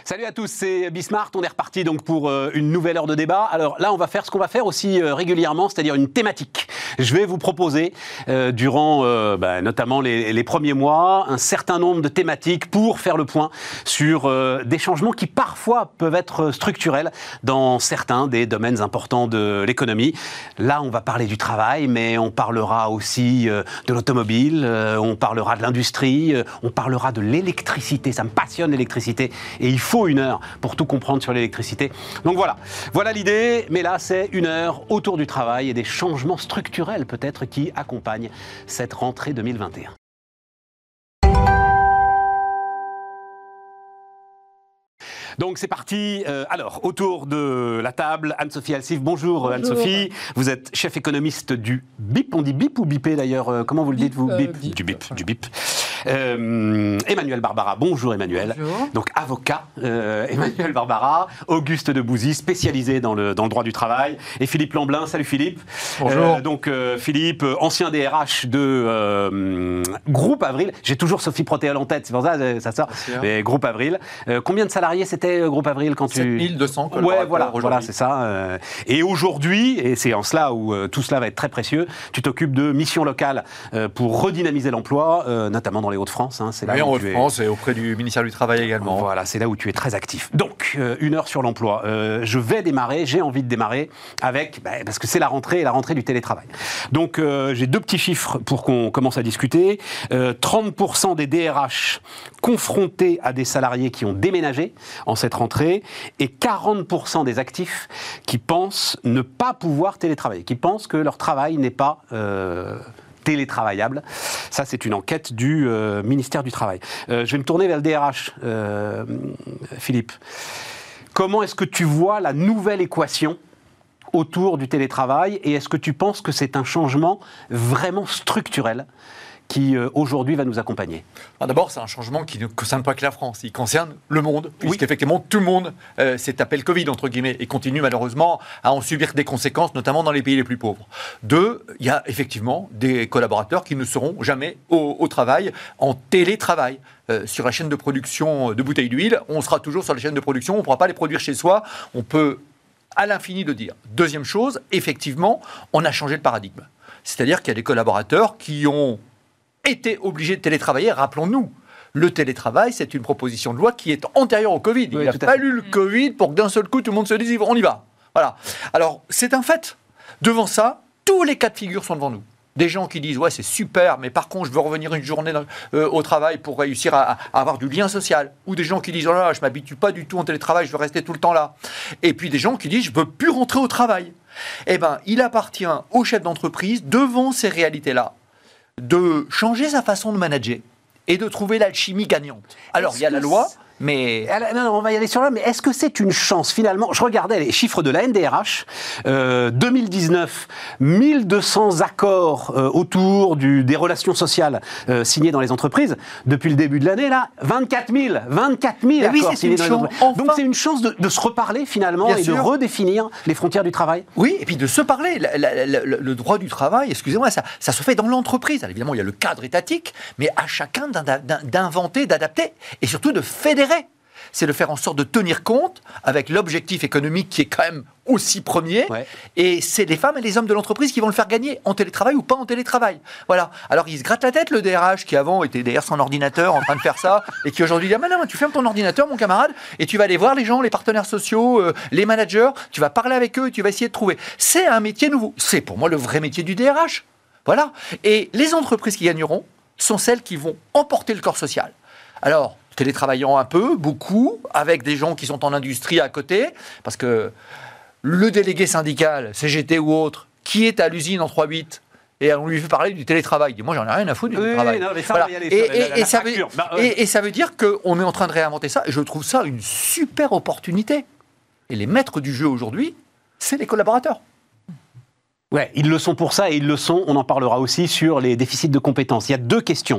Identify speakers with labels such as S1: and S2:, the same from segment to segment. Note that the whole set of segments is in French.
S1: Salut à tous, c'est Bismart. On est reparti donc pour une nouvelle heure de débat. Alors là, on va faire ce qu'on va faire aussi régulièrement, c'est-à-dire une thématique. Je vais vous proposer, durant notamment les premiers mois, un certain nombre de thématiques pour faire le point sur des changements qui parfois peuvent être structurels dans certains des domaines importants de l'économie. Là, on va parler du travail, mais on parlera aussi de l'automobile, on parlera de l'industrie, on parlera de l'électricité. Ça me passionne l'électricité et il faut une heure pour tout comprendre sur l'électricité. Donc voilà l'idée, mais là c'est une heure autour du travail et des changements structurels peut-être qui accompagnent cette rentrée 2021. Donc c'est parti. Alors, autour de la table, Anne-Sophie Alsif. Bonjour Anne-Sophie. Vous êtes chef économiste du BIP. On dit BIP ou BIPé d'ailleurs? Comment vous le dites vous? BIP. Du BIP. Emmanuel Barbara. Bonjour Emmanuel.
S2: Bonjour.
S1: Donc avocat, Emmanuel Barbara. Auguste Debouzy, spécialisé dans le droit du travail. Et Philippe Lamblin. Salut Philippe.
S2: Bonjour.
S1: Philippe, ancien DRH de Groupe Avril. J'ai toujours Sophie Protéol en tête, c'est pour ça ça sort. Mais Groupe Avril. Combien de salariés c'était Groupe Avril quand tu...
S2: 7200 collaborateurs.
S1: Ouais, voilà, c'est ça. Et aujourd'hui, et c'est en cela où tout cela va être très précieux, tu t'occupes de missions locales pour redynamiser l'emploi, notamment dans les Hauts-de-France. Hein,
S2: c'est là en Hauts-de-France et auprès du ministère du Travail également.
S1: Voilà, c'est là où tu es très actif. Donc, une heure sur l'emploi. Je vais démarrer, j'ai envie de démarrer avec, parce que c'est la rentrée du télétravail. Donc, j'ai deux petits chiffres pour qu'on commence à discuter. 30% des DRH confrontés à des salariés qui ont déménagé en cette rentrée, et 40% des actifs qui pensent ne pas pouvoir télétravailler, qui pensent que leur travail n'est pas télétravaillable. Ça, c'est une enquête du ministère du Travail. Je vais me tourner vers le DRH, Philippe. Comment est-ce que tu vois la nouvelle équation autour du télétravail, et est-ce que tu penses que c'est un changement vraiment structurel qui aujourd'hui va nous accompagner?
S2: D'abord, c'est un changement qui ne concerne pas que la France, il concerne le monde, puisqu'effectivement tout le monde s'est tapé le Covid, entre guillemets, et continue malheureusement à en subir des conséquences, notamment dans les pays les plus pauvres. Deux, il y a effectivement des collaborateurs qui ne seront jamais au travail, en télétravail. Sur la chaîne de production de bouteilles d'huile, on sera toujours sur la chaîne de production, on ne pourra pas les produire chez soi, on peut à l'infini de dire. Deuxième chose, effectivement, on a changé le paradigme. C'est-à-dire qu'il y a des collaborateurs qui ont été obligés de télétravailler. Rappelons-nous, le télétravail, c'est une proposition de loi qui est antérieure au Covid. Il n'a pas fallu le Covid pour que d'un seul coup, tout le monde se dise on y va. Voilà. Alors, c'est un fait. Devant ça, tous les cas de figure sont devant nous. Des gens qui disent « ouais, c'est super, mais par contre, je veux revenir une journée au travail pour réussir à avoir du lien social. » Ou des gens qui disent « oh là là, je ne m'habitue pas du tout en télétravail, je veux rester tout le temps là. » Et puis des gens qui disent « je ne veux plus rentrer au travail. » Eh bien, il appartient aux chefs d'entreprise, devant ces réalités-là, de changer sa façon de manager et de trouver l'alchimie gagnante. Alors, il y a la loi, mais...
S1: Non, on va y aller sur là, mais est-ce que c'est une chance, finalement? Je regardais les chiffres de la NDRH, 2019, 1200 accords autour des relations sociales signées dans les entreprises. Depuis le début de l'année, là, 24 000 accords signés dans les entreprises. Enfin, donc c'est une chance de se reparler, finalement, et de redéfinir les frontières du travail.
S2: Oui, et puis de se parler. Le droit du travail, excusez-moi, ça se fait dans l'entreprise. Alors, évidemment, il y a le cadre étatique, mais à chacun d'inventer, d'adapter, et surtout de fédérer. C'est de faire en sorte de tenir compte avec l'objectif économique qui est quand même aussi premier. Ouais. Et c'est les femmes et les hommes de l'entreprise qui vont le faire gagner, en télétravail ou pas en télétravail. Voilà. Alors, il se gratte la tête, le DRH, qui avant était derrière son ordinateur en train de faire ça, et qui aujourd'hui dit « ah, mais non, tu fermes ton ordinateur, mon camarade, et tu vas aller voir les gens, les partenaires sociaux, les managers, tu vas parler avec eux et tu vas essayer de trouver. » C'est un métier nouveau. C'est pour moi le vrai métier du DRH. Voilà. Et les entreprises qui gagneront sont celles qui vont emporter le corps social. Alors, télétravaillant un peu, beaucoup, avec des gens qui sont en industrie à côté, parce que le délégué syndical, CGT ou autre, qui est à l'usine en 3-8, et on lui fait parler du télétravail, il dit « moi j'en ai rien à foutre du télétravail ». Et ça veut dire qu'on est en train de réinventer ça, et je trouve ça une super opportunité. Et les maîtres du jeu aujourd'hui, c'est les collaborateurs.
S1: Ouais, ils le sont pour ça, et ils le sont, on en parlera aussi, sur les déficits de compétences. Il y a deux questions.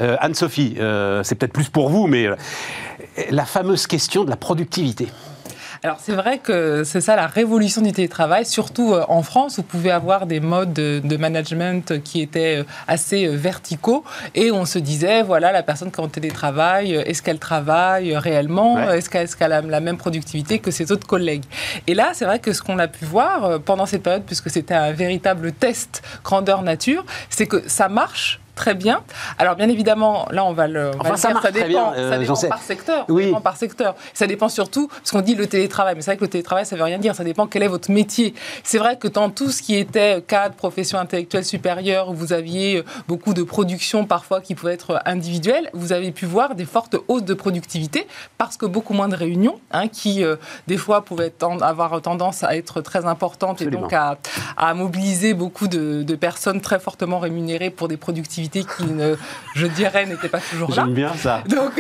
S1: Anne-Sophie, c'est peut-être plus pour vous, mais la fameuse question de la productivité.
S3: Alors c'est vrai que c'est ça la révolution du télétravail, surtout en France où vous pouvez avoir des modes de management qui étaient assez verticaux et on se disait, voilà, la personne qui est en télétravail, est-ce qu'elle travaille réellement, est-ce qu'elle a la même productivité que ses autres collègues. Et là, c'est vrai que ce qu'on a pu voir pendant cette période, puisque c'était un véritable test grandeur nature, c'est que ça marche très bien. Alors, bien évidemment, là, on va le dire, ça dépend par secteur. Ça dépend par secteur. Ça dépend surtout, parce qu'on dit le télétravail, mais c'est vrai que le télétravail, ça ne veut rien dire. Ça dépend quel est votre métier. C'est vrai que dans tout ce qui était cadre, profession intellectuelle supérieure, où vous aviez beaucoup de production, parfois, qui pouvaient être individuelles, vous avez pu voir des fortes hausses de productivité, parce que beaucoup moins de réunions, qui, des fois, pouvaient avoir tendance à être très importantes, et donc à mobiliser beaucoup de personnes très fortement rémunérées pour des productivités qui, je dirais, n'étaient pas toujours là.
S1: J'aime bien ça.
S3: Donc,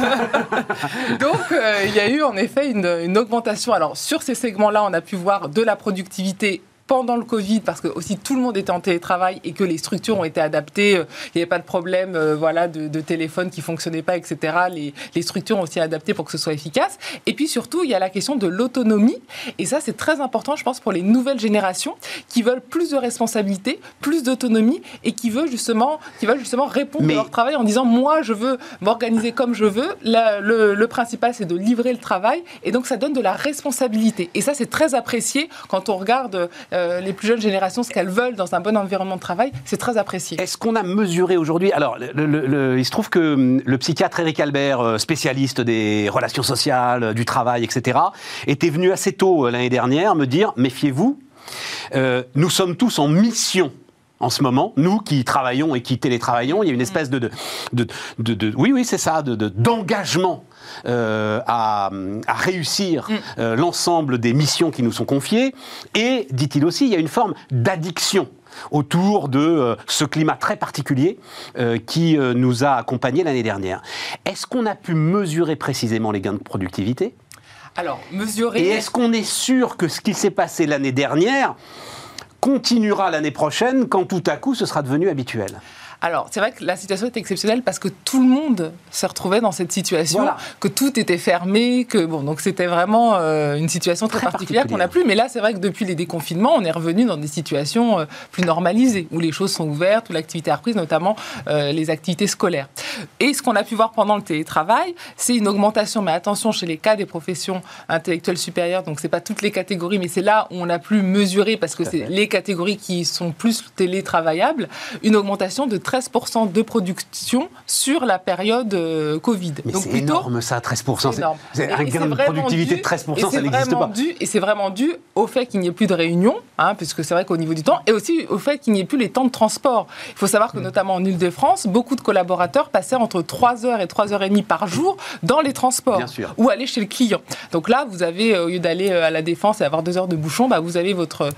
S3: il y a eu en effet une augmentation. Alors, sur ces segments-là, on a pu voir de la productivité pendant le Covid, parce que aussi tout le monde était en télétravail et que les structures ont été adaptées, il n'y avait pas de problème de téléphone qui ne fonctionnait pas, etc. Les structures ont aussi adapté pour que ce soit efficace. Et puis surtout, il y a la question de l'autonomie. Et ça, c'est très important, je pense, pour les nouvelles générations qui veulent plus de responsabilité, plus d'autonomie et qui veulent justement répondre à leur travail en disant « moi, je veux m'organiser comme je veux ». Le principal, c'est de livrer le travail. Et donc, ça donne de la responsabilité. Et ça, c'est très apprécié quand on regarde les plus jeunes générations, ce qu'elles veulent dans un bon environnement de travail, c'est très apprécié.
S1: Est-ce qu'on a mesuré aujourd'hui... Alors, il se trouve que le psychiatre Eric Albert, spécialiste des relations sociales, du travail, etc., était venu assez tôt l'année dernière me dire « Méfiez-vous, nous sommes tous en mission ». En ce moment, nous qui travaillons et qui télétravaillons, il y a une espèce d'engagement à réussir l'ensemble des missions qui nous sont confiées. Et, dit-il aussi, il y a une forme d'addiction autour de ce climat très particulier qui nous a accompagnés l'année dernière. Est-ce qu'on a pu mesurer précisément les gains de productivité ?
S3: Alors, mesurer...
S1: Et est-ce qu'on est sûr que ce qui s'est passé l'année dernière continuera l'année prochaine quand tout à coup ce sera devenu habituel ?
S3: Alors, c'est vrai que la situation est exceptionnelle parce que tout le monde se retrouvait dans cette situation, que tout était fermé, donc c'était vraiment une situation très particulière qu'on n'a plus. Mais là, c'est vrai que depuis les déconfinements, on est revenu dans des situations plus normalisées, où les choses sont ouvertes, où l'activité a repris, notamment les activités scolaires. Et ce qu'on a pu voir pendant le télétravail, c'est une augmentation, mais attention, chez les cas des professions intellectuelles supérieures, donc c'est pas toutes les catégories, mais c'est là où on a pu mesurer, parce que c'est les catégories qui sont plus télétravaillables, une augmentation de 13% de production sur la période Covid.
S1: Mais
S3: donc
S1: c'est énorme ça, 13%. C'est un gain de productivité de 13%, ça n'existe pas.
S3: Et c'est vraiment dû au fait qu'il n'y ait plus de réunions, puisque c'est vrai qu'au niveau du temps, et aussi au fait qu'il n'y ait plus les temps de transport. Il faut savoir que notamment en Île-de-France, beaucoup de collaborateurs passaient entre 3h et 3h30 par jour dans les transports, ou aller chez le client. Donc là, vous avez, au lieu d'aller à la Défense et avoir 2 heures de bouchon, vous avez votre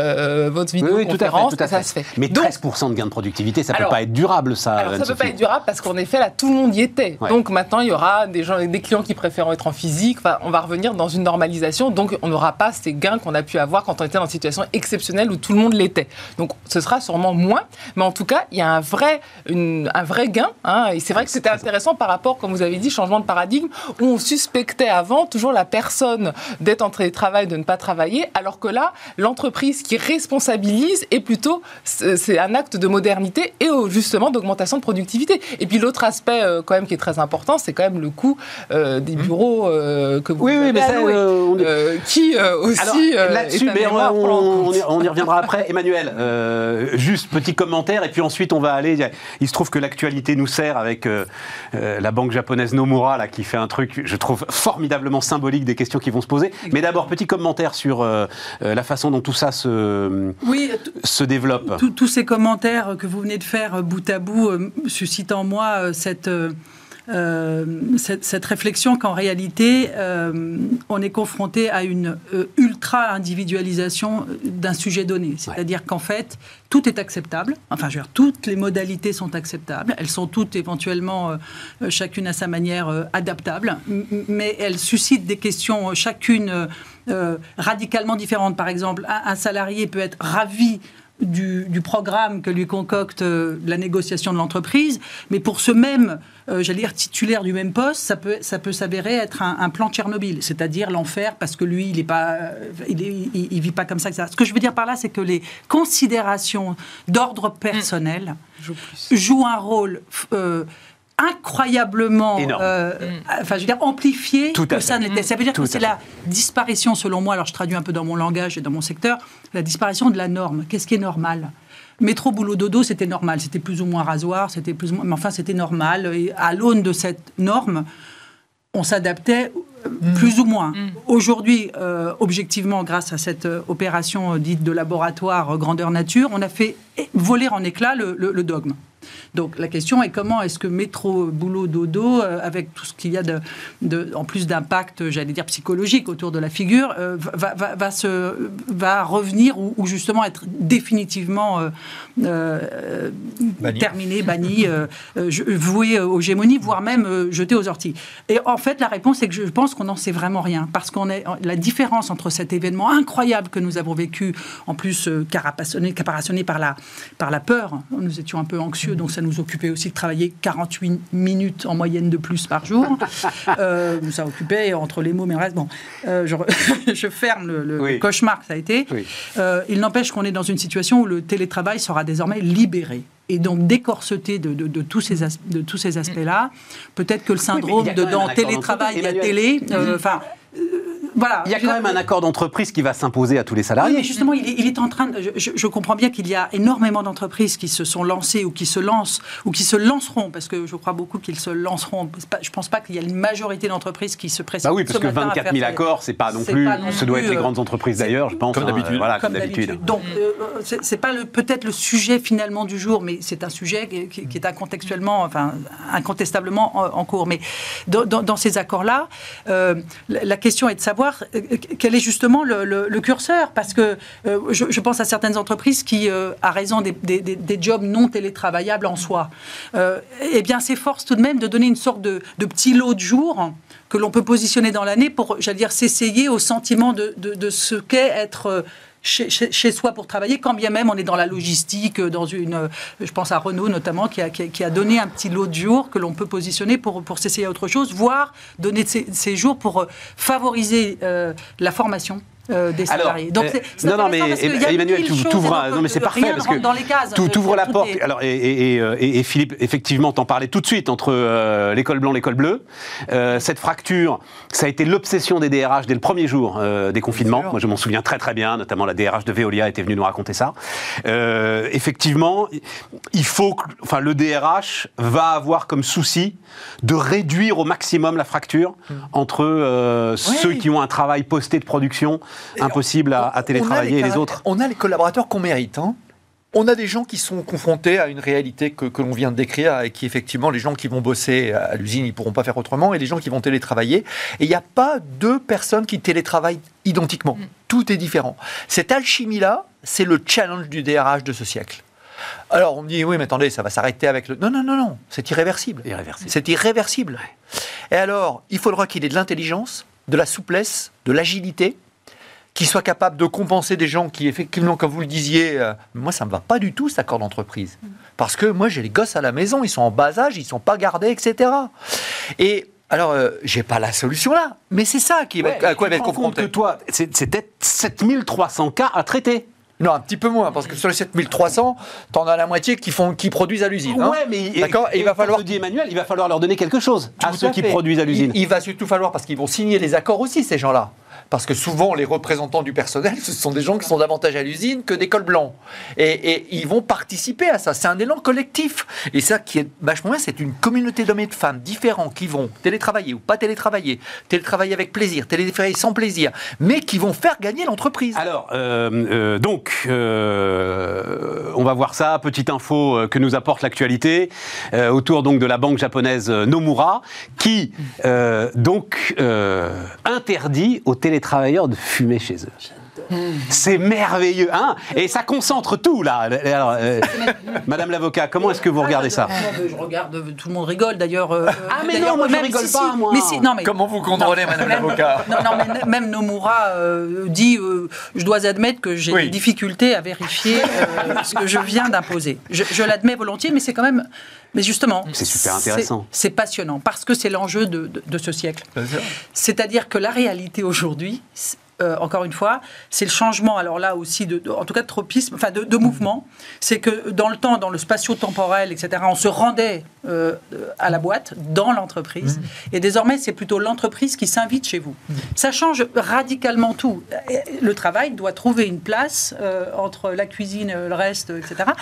S3: vidéoconférence,
S1: tout à fait.
S3: Ça se fait.
S1: Mais 13% de gain de productivité, ça ne peut pas être durable, ça.
S3: Alors, ça ne peut pas être durable parce qu'en effet, là, tout le monde y était. Ouais. Donc maintenant, il y aura des clients qui préfèrent être en physique. Enfin, on va revenir dans une normalisation. Donc, on n'aura pas ces gains qu'on a pu avoir quand on était dans une situation exceptionnelle où tout le monde l'était. Donc, ce sera sûrement moins. Mais en tout cas, il y a un vrai gain. Et c'est vrai que c'était intéressant par rapport, comme vous avez dit, changement de paradigme, où on suspectait avant toujours la personne d'être en télétravail, de ne pas travailler, alors que là, l'entreprise qui responsabilise est plutôt, c'est un acte de modernité et justement d'augmentation de productivité. Et puis l'autre aspect quand même qui est très important, c'est quand même le coût des bureaux que vous avez alloués, qui aussi
S1: là-dessus, mais on y reviendra après. Emmanuel, juste petit commentaire et puis ensuite on va aller. Il se trouve que l'actualité nous sert avec la banque japonaise Nomura là, qui fait un truc, je trouve, formidablement symbolique des questions qui vont se poser. Mais d'abord, petit commentaire sur la façon dont tout ça se développe.
S4: Tous ces commentaires que vous venez de faire bout à bout suscitent en moi cette réflexion qu'en réalité, on est confronté à une ultra-individualisation d'un sujet donné. C'est-à-dire qu'en fait, tout est acceptable. Enfin, je veux dire, toutes les modalités sont acceptables. Elles sont toutes éventuellement, chacune à sa manière, adaptables. Mais elles suscitent des questions, chacune radicalement différentes. Par exemple, un salarié peut être ravi du programme que lui concocte la négociation de l'entreprise, mais pour ce même, j'allais dire, titulaire du même poste, ça peut s'avérer être un plan Tchernobyl, c'est-à-dire l'enfer, parce que lui, il vit pas comme ça, etc. Ce que je veux dire par là, c'est que les considérations d'ordre personnel jouent un rôle incroyablement amplifié que ça n'était. Ça veut dire que c'est la disparition, selon moi, alors je traduis un peu dans mon langage et dans mon secteur, la disparition de la norme. Qu'est-ce qui est normal ? Métro, boulot, dodo, c'était normal. C'était plus ou moins rasoir, mais enfin, c'était normal. Et à l'aune de cette norme, on s'adaptait plus ou moins. Aujourd'hui, objectivement, grâce à cette opération dite de laboratoire grandeur nature, on a fait voler en éclats le dogme. Donc la question est comment est-ce que métro, boulot, dodo, avec tout ce qu'il y a en plus d'impact, j'allais dire psychologique autour de la figure, va revenir ou justement être définitivement terminé, banni, voué aux gémonies, voire même jeté aux orties. Et en fait, la réponse est que je pense qu'on n'en sait vraiment rien, parce la différence entre cet événement incroyable que nous avons vécu, en plus caparaçonné par la peur, nous étions un peu anxieux, donc ça nous occupait aussi de travailler 48 minutes en moyenne de plus par jour. Ça occupait entre les mots, mais le reste, bon, je ferme le cauchemar que ça a été. Oui. Il n'empêche qu'on est dans une situation où le télétravail sera désormais libéré. Et donc, décorseté de tous ces aspects-là, peut-être que le syndrome dans télétravail, il y a télé, voilà.
S1: Il y a quand même un accord d'entreprise qui va s'imposer à tous les salariés.
S4: Oui, mais justement, il est en train de... Je comprends bien qu'il y a énormément d'entreprises qui se sont lancées ou qui se lancent ou qui se lanceront, parce que je crois beaucoup qu'ils se lanceront. Je ne pense pas qu'il y a une majorité d'entreprise qui se précipitent.
S1: Bah oui, parce que 24 000 accords, c'est pas non plus... Ce doit être les grandes entreprises d'ailleurs, je pense.
S2: Comme d'habitude.
S1: Comme d'habitude.
S4: Donc, c'est pas peut-être le sujet finalement du jour, mais c'est un sujet qui est incontestablement en cours. Mais dans ces accords-là, la question est de savoir quel est justement le curseur, parce que je pense à certaines entreprises qui, à raison des jobs non télétravaillables en soi, eh bien s'efforcent tout de même de donner une sorte de petit lot de jours que l'on peut positionner dans l'année pour, j'allais dire, s'essayer au sentiment de ce qu'est être... Chez soi pour travailler, quand bien même on est dans la logistique, je pense à Renault notamment, qui a donné un petit lot de jours que l'on peut positionner pour s'essayer à autre chose, voire donner ces jours pour favoriser la formation des salariés.
S1: Donc, non, mais Emmanuel, non, mais c'est parfait parce que tu ouvres la porte. Alors, et Philippe, effectivement, t'en parlais tout de suite entre l'école blanc, l'école bleue. Cette fracture, ça a été l'obsession des DRH dès le premier jour des confinements. Moi, je m'en souviens très très bien, notamment la DRH de Veolia était venue nous raconter ça. Effectivement, le DRH va avoir comme souci de réduire au maximum la fracture entre ceux qui ont un travail posté de production impossible à télétravailler et les autres.
S2: On a les collaborateurs qu'on mérite. On a des gens qui sont confrontés à une réalité que l'on vient de décrire et qui, effectivement, les gens qui vont bosser à l'usine, ils ne pourront pas faire autrement, et les gens qui vont télétravailler. Et il n'y a pas deux personnes qui télétravaillent identiquement. Tout est différent. Cette alchimie-là, c'est le challenge du DRH de ce siècle. Alors, on me dit, oui, mais attendez, ça va s'arrêter avec le... Non, c'est irréversible. C'est irréversible. Et alors, il faudra qu'il ait de l'intelligence, de la souplesse, de l'agilité, qui soit capable de compenser des gens qui, effectivement, comme vous le disiez, moi, ça ne me va pas du tout, cet accord d'entreprise. Parce que moi, j'ai les gosses à la maison, ils sont en bas âge, ils ne sont pas gardés, etc. Et alors, je n'ai pas la solution là, mais c'est ça à quoi il va être confronté.
S1: Que toi, c'est peut-être 7300 cas à traiter.
S2: Non, un petit peu moins, parce que sur les 7300, t'en as la moitié qui produisent à l'usine.
S1: Ouais, mais d'accord. Et il va falloir, dit Emmanuel, il va falloir leur donner quelque chose à ceux qui produisent à l'usine.
S2: Il va surtout falloir, parce qu'ils vont signer les accords aussi, ces gens-là. Parce que souvent, les représentants du personnel, ce sont des gens qui sont davantage à l'usine que des cols blancs. Et ils vont participer à ça. C'est un élan collectif. Et ça qui est vachement bien, c'est une communauté d'hommes et de femmes différents qui vont télétravailler ou pas télétravailler avec plaisir, télétravailler sans plaisir, mais qui vont faire gagner l'entreprise.
S1: Alors, donc, on va voir ça. Petite info que nous apporte l'actualité autour donc de la banque japonaise Nomura, qui interdit aux télétravailleurs de fumer chez eux. C'est merveilleux, hein? Et ça concentre tout, là. Alors, Madame l'avocat, comment est-ce que vous regardez ça?
S4: Je regarde, tout le monde rigole d'ailleurs.
S1: Mais non, moi je rigole pas, moi.
S2: Comment vous contrôlez, Madame l'avocat?
S4: Non, mais même Nomura dit je dois admettre que j'ai des difficultés à vérifier ce que je viens d'imposer. Je l'admets volontiers, mais c'est quand même. Mais justement,
S1: c'est super intéressant.
S4: C'est passionnant parce que c'est l'enjeu de ce siècle. C'est-à-dire que la réalité aujourd'hui, encore une fois, c'est le changement, alors là aussi, en tout cas de tropisme, enfin de mouvement. C'est que dans le temps, dans le spatio-temporel, etc., on se rendait à la boîte, dans l'entreprise. Et désormais, c'est plutôt l'entreprise qui s'invite chez vous. Ça change radicalement tout. Le travail doit trouver une place entre la cuisine, le reste, etc.,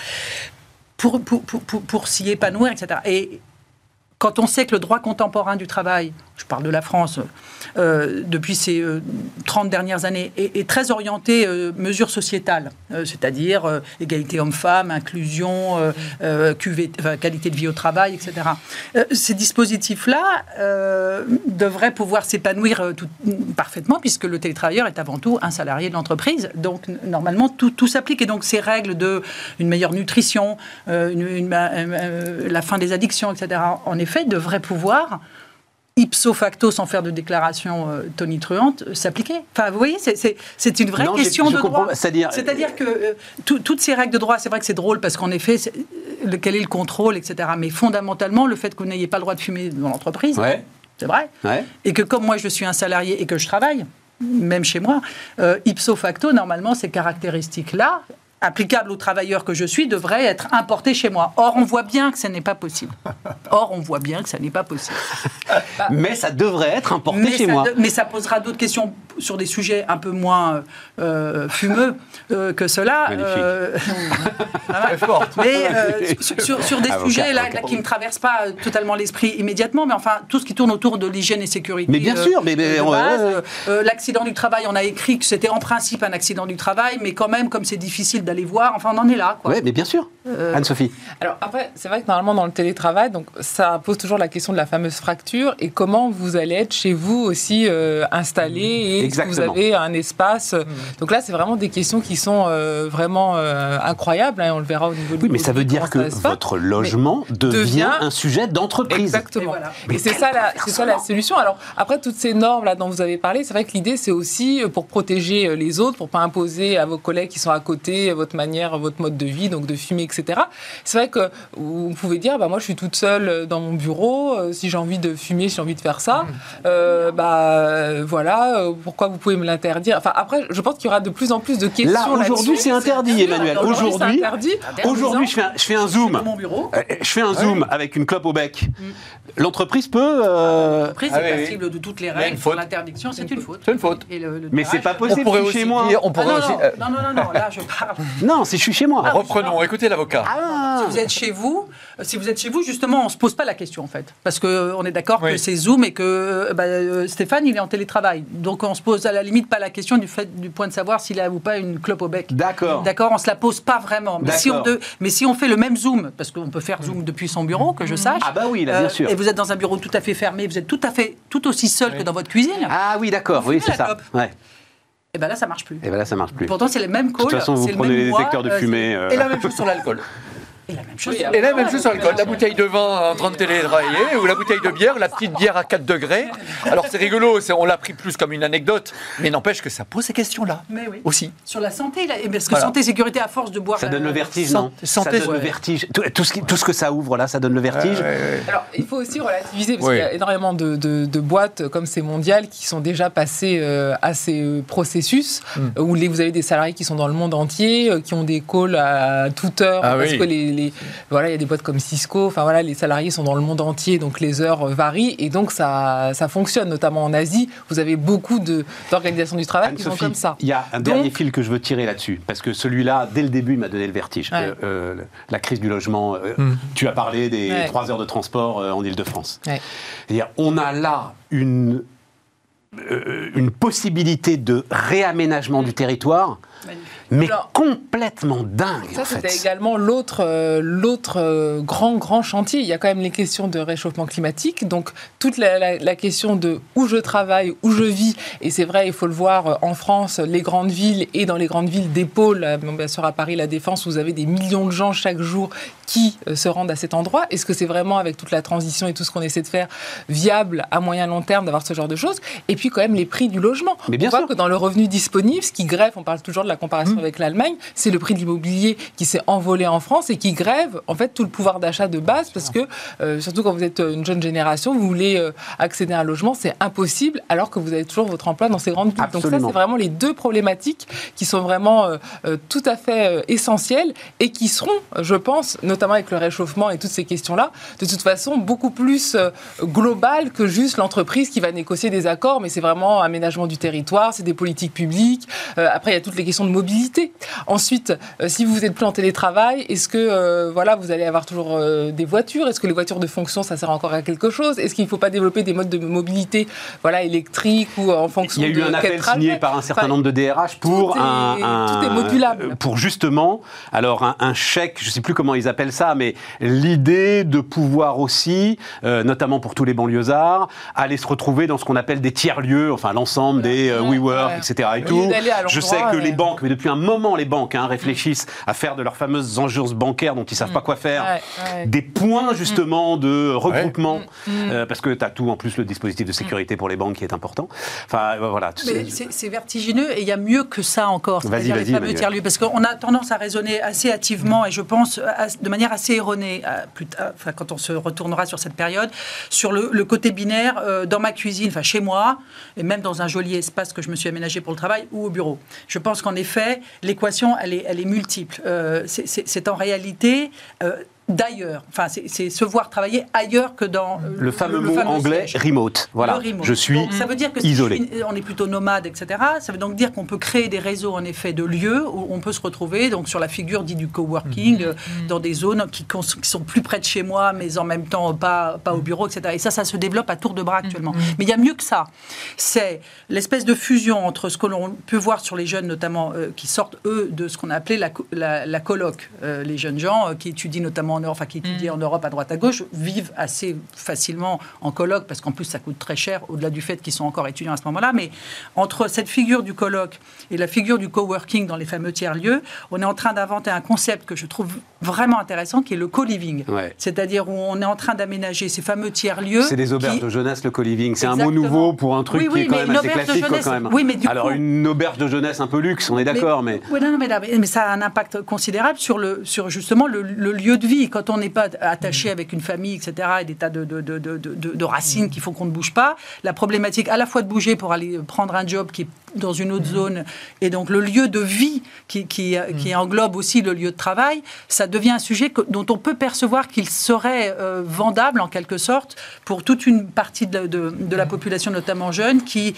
S4: pour s'y épanouir, etc. Et quand on sait que le droit contemporain du travail, je parle de la France, depuis ces 30 dernières années, est très orienté mesures sociétales, c'est-à-dire égalité homme-femme, inclusion, qualité de vie au travail, etc. Ces dispositifs-là devraient pouvoir s'épanouir parfaitement, puisque le télétravailleur est avant tout un salarié de l'entreprise. Donc, normalement, tout s'applique. Et donc, ces règles d'une meilleure nutrition, la fin des addictions, etc., en effet, devraient pouvoir ipso facto, sans faire de déclaration tonitruante, s'appliquer. Enfin, vous voyez, c'est une vraie question de droit. C'est-à-dire que toutes ces règles de droit, c'est vrai que c'est drôle parce qu'en effet, quel est le contrôle, etc. Mais fondamentalement, le fait que vous n'ayez pas le droit de fumer dans l'entreprise, c'est vrai. Et que comme moi, je suis un salarié et que je travaille, même chez moi, ipso facto, normalement, ces caractéristiques-là, applicables aux travailleurs que je suis, devraient être importées chez moi. Or, on voit bien que ça n'est pas possible.
S1: Mais ça devrait être importé chez moi.
S4: Mais ça posera d'autres questions sur des sujets un peu moins fumeux que cela.
S2: Très forte.
S4: Mais sur des sujets là, qui ne me traversent pas totalement l'esprit immédiatement, mais enfin, tout ce qui tourne autour de l'hygiène et sécurité.
S1: Mais bien sûr,
S4: l'accident du travail, on a écrit que c'était en principe un accident du travail, mais quand même, comme c'est difficile d'aller voir, enfin, on en est là.
S1: Oui, mais bien sûr. Anne-Sophie.
S3: Alors après, c'est vrai que normalement, dans le télétravail, donc, ça pose toujours la question de la fameuse fracture et comment vous allez être chez vous aussi installé et est-ce que vous avez un espace. Donc là, c'est vraiment des questions qui sont vraiment incroyables. Hein, on le verra au niveau du.
S1: Oui, mais ça veut dire que votre logement devient un sujet d'entreprise.
S3: Exactement. Et c'est ça la solution. Alors après, toutes ces normes là dont vous avez parlé, c'est vrai que l'idée, c'est aussi pour protéger les autres, pour pas imposer à vos collègues qui sont à côté votre manière, votre mode de vie, donc de fumer, etc. C'est vrai que vous pouvez dire, moi, je suis toute seule dans mon bureau. Si j'ai envie de fumer, si j'ai envie de faire ça, voilà. Pourquoi vous pouvez me l'interdire? Enfin, après, je pense qu'il y aura de plus en plus de questions.
S1: Là, aujourd'hui, c'est interdit, Emmanuel. Aujourd'hui, je fais un zoom. Je fais un zoom avec une clope au bec. L'entreprise peut.
S4: L'entreprise est passible de toutes les règles sur l'interdiction. C'est une faute.
S2: C'est une faute.
S1: Mais c'est pas possible.
S2: On pourrait
S1: chez moi.
S4: Non. Là, je parle.
S1: Non, si je suis chez moi.
S2: Reprenons. Écoutez l'avocat.
S4: Si vous êtes chez vous, justement, on se pose pas la question en fait, parce que on est d'accord que c'est Zoom et que Stéphane, il est en télétravail, donc on se pose à la limite pas la question du point de savoir s'il a ou pas une clope au bec. D'accord, on se la pose pas vraiment. Mais si on fait le même Zoom, parce qu'on peut faire Zoom depuis son bureau, que je sache.
S1: Ah bah oui, là, bien sûr.
S4: Et vous êtes dans un bureau tout à fait fermé, vous êtes tout aussi seul que dans votre cuisine.
S1: Ah oui, d'accord, oui, c'est ça. Ouais.
S4: Et bien là, ça marche plus.
S1: Pourtant,
S4: c'est les mêmes calls.
S1: De toute façon, vous prenez les détecteurs de fumée.
S2: Et la même chose sur l'alcool.
S4: Et la même chose sur l'alcool.
S2: La bouteille de vin en train de télétravailler ou la bouteille de bière, la petite bière à 4 degrés. Alors c'est rigolo, on l'a pris plus comme une anecdote, mais n'empêche que ça pose ces questions-là aussi.
S4: Sur la santé, parce que santé et sécurité, à force de boire...
S1: Ça donne le vertige, non? Ça donne le vertige. Tout ce que ça ouvre là, ça donne le vertige.
S3: Alors il faut aussi relativiser, parce qu'il y a énormément de boîtes comme ces mondiales qui sont déjà passées à ces processus, où vous avez des salariés qui sont dans le monde entier, qui ont des calls à toute heure, parce que voilà, il y a des boîtes comme Cisco, enfin voilà, les salariés sont dans le monde entier, donc les heures varient, et donc ça fonctionne, notamment en Asie. Vous avez beaucoup d'organisations du travail qui sont comme ça.
S1: Il y a un dernier fil que je veux tirer là-dessus, parce que celui-là, dès le début, il m'a donné le vertige. La crise du logement, tu as parlé des 3 heures de transport en Île-de-France. C'est-à-dire, on a là une possibilité de réaménagement du territoire mais complètement dingue.
S3: Ça, c'était également l'autre grand chantier. Il y a quand même les questions de réchauffement climatique, donc toute la question de où je travaille, où je vis, et c'est vrai, il faut le voir en France, les grandes villes et dans les grandes villes des pôles, bien sûr à Paris, la Défense, vous avez des millions de gens chaque jour qui se rendent à cet endroit. Est-ce que c'est vraiment, avec toute la transition et tout ce qu'on essaie de faire, viable à moyen long terme d'avoir ce genre de choses? Et puis quand même les prix du logement.
S1: Mais bien
S3: on voit que dans le revenu disponible, ce qui grève, on parle toujours de la comparaison avec l'Allemagne, c'est le prix de l'immobilier qui s'est envolé en France et qui grève en fait tout le pouvoir d'achat de base, parce que surtout quand vous êtes une jeune génération, vous voulez accéder à un logement, c'est impossible alors que vous avez toujours votre emploi dans ces grandes villes.
S1: Absolument.
S3: Donc ça, c'est vraiment les deux problématiques qui sont vraiment tout à fait essentielles et qui seront, je pense, notamment avec le réchauffement et toutes ces questions-là, de toute façon beaucoup plus globales que juste l'entreprise qui va négocier des accords, mais c'est vraiment aménagement du territoire, c'est des politiques publiques. Après, il y a toutes les questions de mobilité. Ensuite, si vous êtes plus en télétravail, est-ce que vous allez avoir toujours des voitures? Est-ce que les voitures de fonction, ça sert encore à quelque chose? Est-ce qu'il ne faut pas développer des modes de mobilité électriques ou en fonction de
S1: Il y a eu un appel signé par un certain nombre de DRH pour
S3: tout est modulable.
S1: Pour justement, alors un chèque, je ne sais plus comment ils appellent ça, mais l'idée de pouvoir aussi, notamment pour tous les banlieusards, aller se retrouver dans ce qu'on appelle des tiers-lieux, enfin l'ensemble des WeWork, etc. et tout. Je sais que les banques, mais depuis un moment, les banques réfléchissent à faire de leurs fameuses enjeux bancaires dont ils ne savent pas quoi faire, des points justement de regroupement, parce que tu as tout, en plus le dispositif de sécurité pour les banques qui est important. Enfin, voilà.
S4: C'est vertigineux et il y a mieux que ça encore, c'est-à-dire les fameux tiers-lieux, parce qu'on a tendance à raisonner assez hâtivement et je pense de manière assez erronée, quand on se retournera sur cette période, sur le côté binaire dans ma cuisine, chez moi, et même dans un joli espace que je me suis aménagé pour le travail ou au bureau. Je pense qu'en effet, l'équation, elle est multiple. C'est en réalité d'ailleurs. Enfin, c'est se voir travailler ailleurs que dans
S1: le fameux mot anglais
S4: siège.
S1: Remote. Voilà,
S4: remote.
S1: je suis
S4: donc, ça veut dire que
S1: isolé.
S4: On est plutôt nomade, etc. Ça veut donc dire qu'on peut créer des réseaux, en effet, de lieux où on peut se retrouver, donc sur la figure dite du coworking, dans des zones qui sont plus près de chez moi, mais en même temps pas au bureau, etc. Et ça se développe à tour de bras actuellement. Mais il y a mieux que ça. C'est l'espèce de fusion entre ce que l'on peut voir sur les jeunes, notamment, qui sortent, eux, de ce qu'on a appelé la coloc. Les jeunes gens qui étudient notamment en Europe, qui étudient en Europe à droite à gauche, vivent assez facilement en coloc, parce qu'en plus ça coûte très cher, au-delà du fait qu'ils sont encore étudiants à ce moment-là. Mais entre cette figure du coloc et la figure du coworking dans les fameux tiers-lieux, on est en train d'inventer un concept que je trouve vraiment intéressant, qui est le co-living. Ouais. C'est-à-dire où on est en train d'aménager ces fameux tiers-lieux.
S1: C'est des auauberges de jeunesse, le co-living. C'est un mot nouveau pour un truc qui est quand même assez classique. Quand même.
S4: Oui, mais
S1: alors une auberge de jeunesse un peu luxe, on est d'accord, mais...
S4: Oui, non, mais ça a un impact considérable sur justement le lieu de vie. Quand on n'est pas attaché avec une famille, etc., et des tas de racines qui font qu'on ne bouge pas, la problématique à la fois de bouger pour aller prendre un job qui est dans une autre zone, et donc le lieu de vie qui englobe aussi le lieu de travail, ça devient un sujet dont on peut percevoir qu'il serait vendable en quelque sorte pour toute une partie de la population, notamment jeune, qui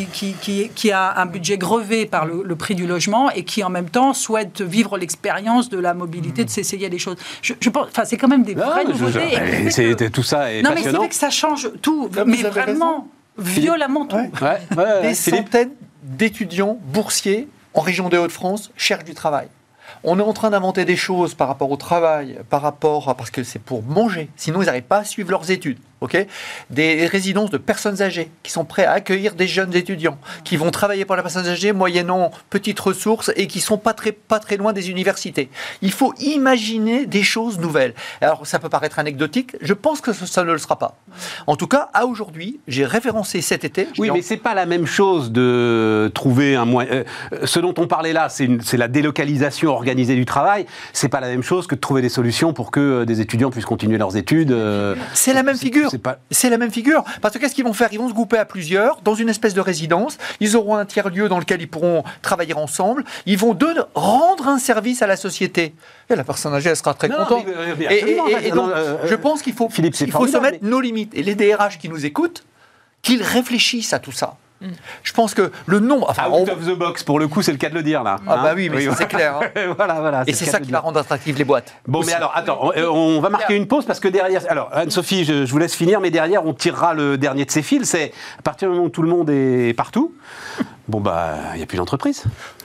S4: a un budget grevé par le prix du logement et qui en même temps souhaite vivre l'expérience de la mobilité, de s'essayer à des choses. Je pense, c'est quand même des vraies nouveautés.
S1: Tout ça est
S4: non,
S1: passionnant.
S4: mais c'est vrai que ça change tout, mais vraiment violemment tout.
S2: Des centaines d'étudiants boursiers en région des Hauts-de-France cherchent du travail. On est en train d'inventer des choses par rapport au travail, parce que c'est pour manger. Sinon, ils n'arrivent pas à suivre leurs études. Okay, des résidences de personnes âgées qui sont prêts à accueillir des jeunes étudiants qui vont travailler pour les personnes âgées moyennant petites ressources et qui sont pas très loin des universités. Il faut imaginer des choses nouvelles. Alors ça peut paraître anecdotique, je pense que ça ne le sera pas. En tout cas, à aujourd'hui, j'ai référencé cet été.
S1: Oui, mais c'est pas la même chose de trouver un moyen. Ce dont on parlait là, c'est la délocalisation organisée du travail. C'est pas la même chose que de trouver des solutions pour que des étudiants puissent continuer leurs études.
S2: C'est la même figure. C'est la même figure. Parce que qu'est-ce qu'ils vont faire? Ils vont se grouper à plusieurs dans une espèce de résidence. Ils auront un tiers-lieu dans lequel ils pourront travailler ensemble. Ils vont rendre un service à la société. Et la personne âgée, elle sera très contente. Et donc, je pense qu'il faut se mettre nos limites. Et les DRH qui nous écoutent, qu'ils réfléchissent à tout ça. Je pense que le nombre...
S1: out of the box, pour le coup, c'est le cas de le dire, là.
S2: Ah bah oui, mais c'est clair.
S1: Voilà,
S2: et c'est ça qui va rendre attractives les boîtes.
S1: Bon, aussi. Mais alors, attends, on va marquer une pause, parce que derrière... Alors, Anne-Sophie, je vous laisse finir, mais derrière, on tirera le dernier de ses fils. C'est à partir du moment où tout le monde est partout, bon, bah, il n'y a plus d'entreprise.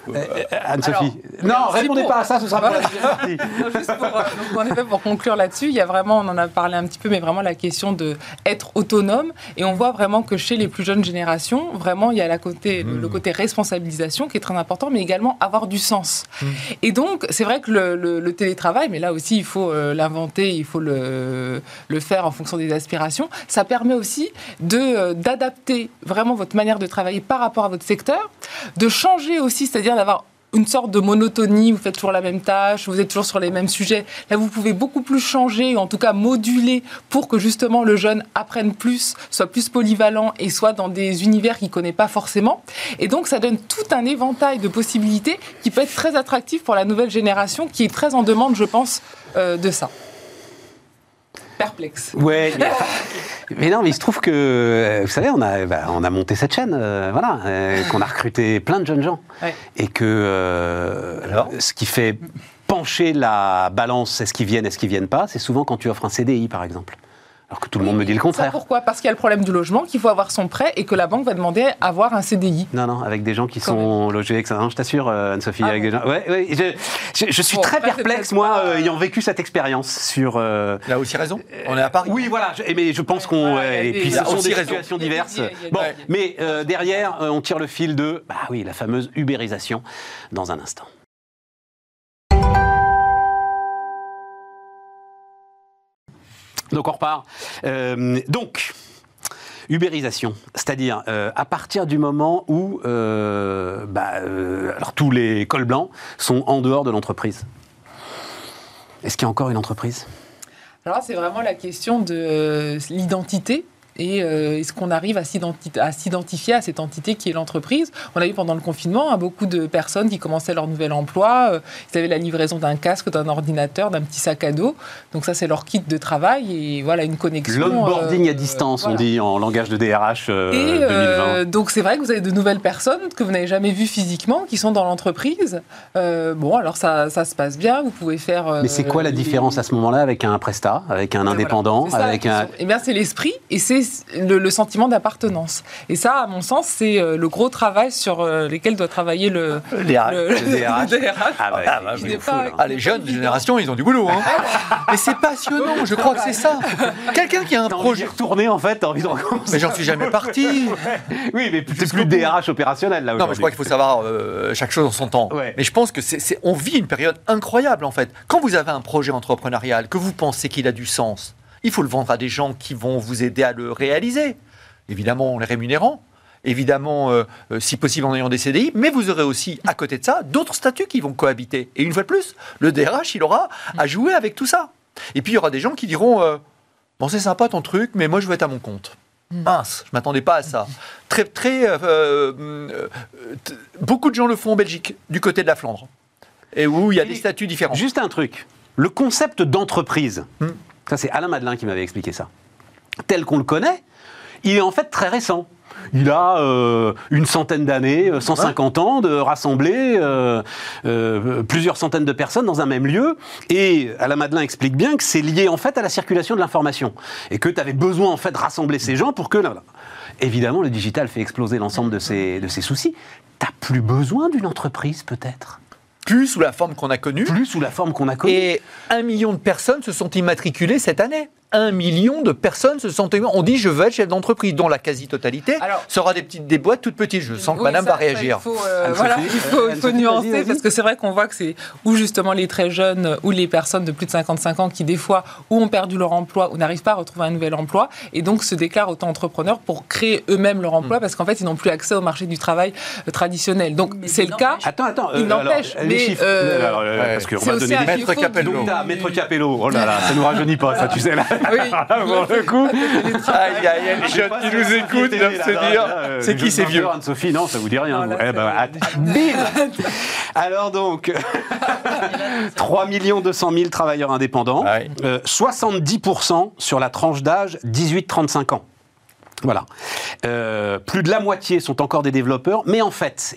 S1: Anne-Sophie. Non, répondez pas à ça, ce sera pour la deuxième partie.
S3: Juste donc en effet, pour conclure là-dessus, il y a vraiment, on en a parlé un petit peu, mais vraiment la question d'être autonome. Et on voit vraiment que chez les plus jeunes générations, vraiment, il y a le côté responsabilisation qui est très important, mais également avoir du sens. Et donc, c'est vrai que le télétravail, mais là aussi, il faut l'inventer, il faut le faire en fonction des aspirations. Ça permet aussi d'adapter vraiment votre manière de travailler par rapport à votre secteur, de changer aussi, c'est-à-dire d'avoir une sorte de monotonie, vous faites toujours la même tâche, vous êtes toujours sur les mêmes sujets. Là, vous pouvez beaucoup plus changer, ou en tout cas moduler, pour que justement le jeune apprenne plus, soit plus polyvalent et soit dans des univers qu'il ne connaît pas forcément. Et donc, ça donne tout un éventail de possibilités qui peut être très attractif pour la nouvelle génération, qui est très en demande, je pense, de ça. Perplexe.
S1: Ouais, mais non, mais il se trouve que, vous savez, on a monté cette chaîne, qu'on a recruté plein de jeunes gens. Ouais. Et que ce qui fait pencher la balance, est-ce qu'ils viennent pas, c'est souvent quand tu offres un CDI, par exemple. Alors que tout le monde me dit le contraire.
S3: Ça, pourquoi ? Parce qu'il y a le problème du logement, qu'il faut avoir son prêt et que la banque va demander à avoir un CDI.
S1: Non, avec des gens qui sont logés avec ça. Non, je t'assure, Anne-Sophie, avec des gens. Ouais, je suis très perplexe, moi, ayant vécu cette expérience sur.
S2: Il a aussi raison. On est à Paris.
S1: Oui, voilà. Mais je pense et puis ce sont des situations diverses. Bon, mais derrière, on tire le fil de, la fameuse ubérisation dans un instant. Donc on repart. Ubérisation, c'est-à-dire à partir du moment où alors tous les cols blancs sont en dehors de l'entreprise. Est-ce qu'il y a encore une entreprise ?
S3: Alors c'est vraiment la question de l'identité. Et est-ce qu'on arrive à s'identifier à cette entité qui est l'entreprise ? On a eu pendant le confinement beaucoup de personnes qui commençaient leur nouvel emploi. Ils avaient la livraison d'un casque, d'un ordinateur, d'un petit sac à dos. Donc ça, c'est leur kit de travail et voilà, une connexion.
S1: L'onboarding à distance, on dit en langage de DRH 2020.
S3: Donc c'est vrai que vous avez de nouvelles personnes que vous n'avez jamais vues physiquement, qui sont dans l'entreprise. Alors ça se passe bien, vous pouvez faire...
S1: Mais c'est quoi la différence à ce moment-là avec un prestat, avec un indépendant, avec un...
S3: Eh bien, c'est l'esprit et c'est le sentiment d'appartenance. Et ça, à mon sens, c'est le gros travail sur lesquels doit travailler le DRH.
S2: Les jeunes générations, ils ont du boulot. Hein. Mais c'est passionnant, je crois que c'est ça. Quelqu'un qui a un projet...
S1: retourné, en fait, t'as envie de recommencer.
S2: Mais j'en suis jamais parti.
S1: Oui, mais c'est plus DRH opérationnel, là, aujourd'hui.
S2: Non, mais je crois qu'il faut savoir chaque chose en son temps. Ouais. Mais je pense que on vit une période incroyable, en fait. Quand vous avez un projet entrepreneurial, que vous pensez qu'il a du sens, il faut le vendre à des gens qui vont vous aider à le réaliser. Évidemment, en les rémunérant. Évidemment, si possible, en ayant des CDI. Mais vous aurez aussi, à côté de ça, d'autres statuts qui vont cohabiter. Et une fois de plus, le DRH, il aura à jouer avec tout ça. Et puis, il y aura des gens qui diront bon, c'est sympa ton truc, mais moi, je veux être à mon compte. Mince, je ne m'attendais pas à ça. Beaucoup de gens le font en Belgique, du côté de la Flandre. Et où il y a des statuts différents.
S1: Juste un truc. Le concept d'entreprise... Ça, c'est Alain Madelin qui m'avait expliqué ça. Tel qu'on le connaît, il est en fait très récent. Il a une centaine d'années, 150 ans de rassembler plusieurs centaines de personnes dans un même lieu. Et Alain Madelin explique bien que c'est lié en fait à la circulation de l'information. Et que tu avais besoin en fait de rassembler ces gens pour que... Évidemment, le digital fait exploser l'ensemble de ces soucis. Tu n'as plus besoin d'une entreprise peut-être.
S2: Plus sous la forme qu'on a connue. Et 1 million de personnes se sont immatriculées cette année. 1 million de personnes se sont... On dit, je veux être chef d'entreprise, dont la quasi-totalité sera des boîtes toutes petites. Je sens que madame va réagir.
S3: Il faut nuancer, parce que c'est vrai qu'on voit que c'est ou justement les très jeunes, ou les personnes de plus de 55 ans qui, des fois, ou ont perdu leur emploi, ou n'arrivent pas à retrouver un nouvel emploi, et donc se déclarent auto-entrepreneurs pour créer eux-mêmes leur emploi, parce qu'en fait, ils n'ont plus accès au marché du travail traditionnel. Donc, c'est le cas.
S1: Attends.
S3: Il n'empêche.
S1: Les chiffres. Parce qu'on va donner des
S2: Maître Capello.
S1: Maître Capello. Oh là là, ça nous rajeunit pas, ça, tu sais, là.
S3: Oui.
S1: Pour le coup,
S2: il y a les jeunes qui nous écoutent, ils doivent se dire c'est qui ces vieux.
S1: Anne-Sophie, non, ça vous dit rien. Bim. Alors donc, 3 200 000 travailleurs indépendants, 70% sur la tranche d'âge 18-35 ans. Voilà. Plus de la moitié sont encore des développeurs, mais en fait,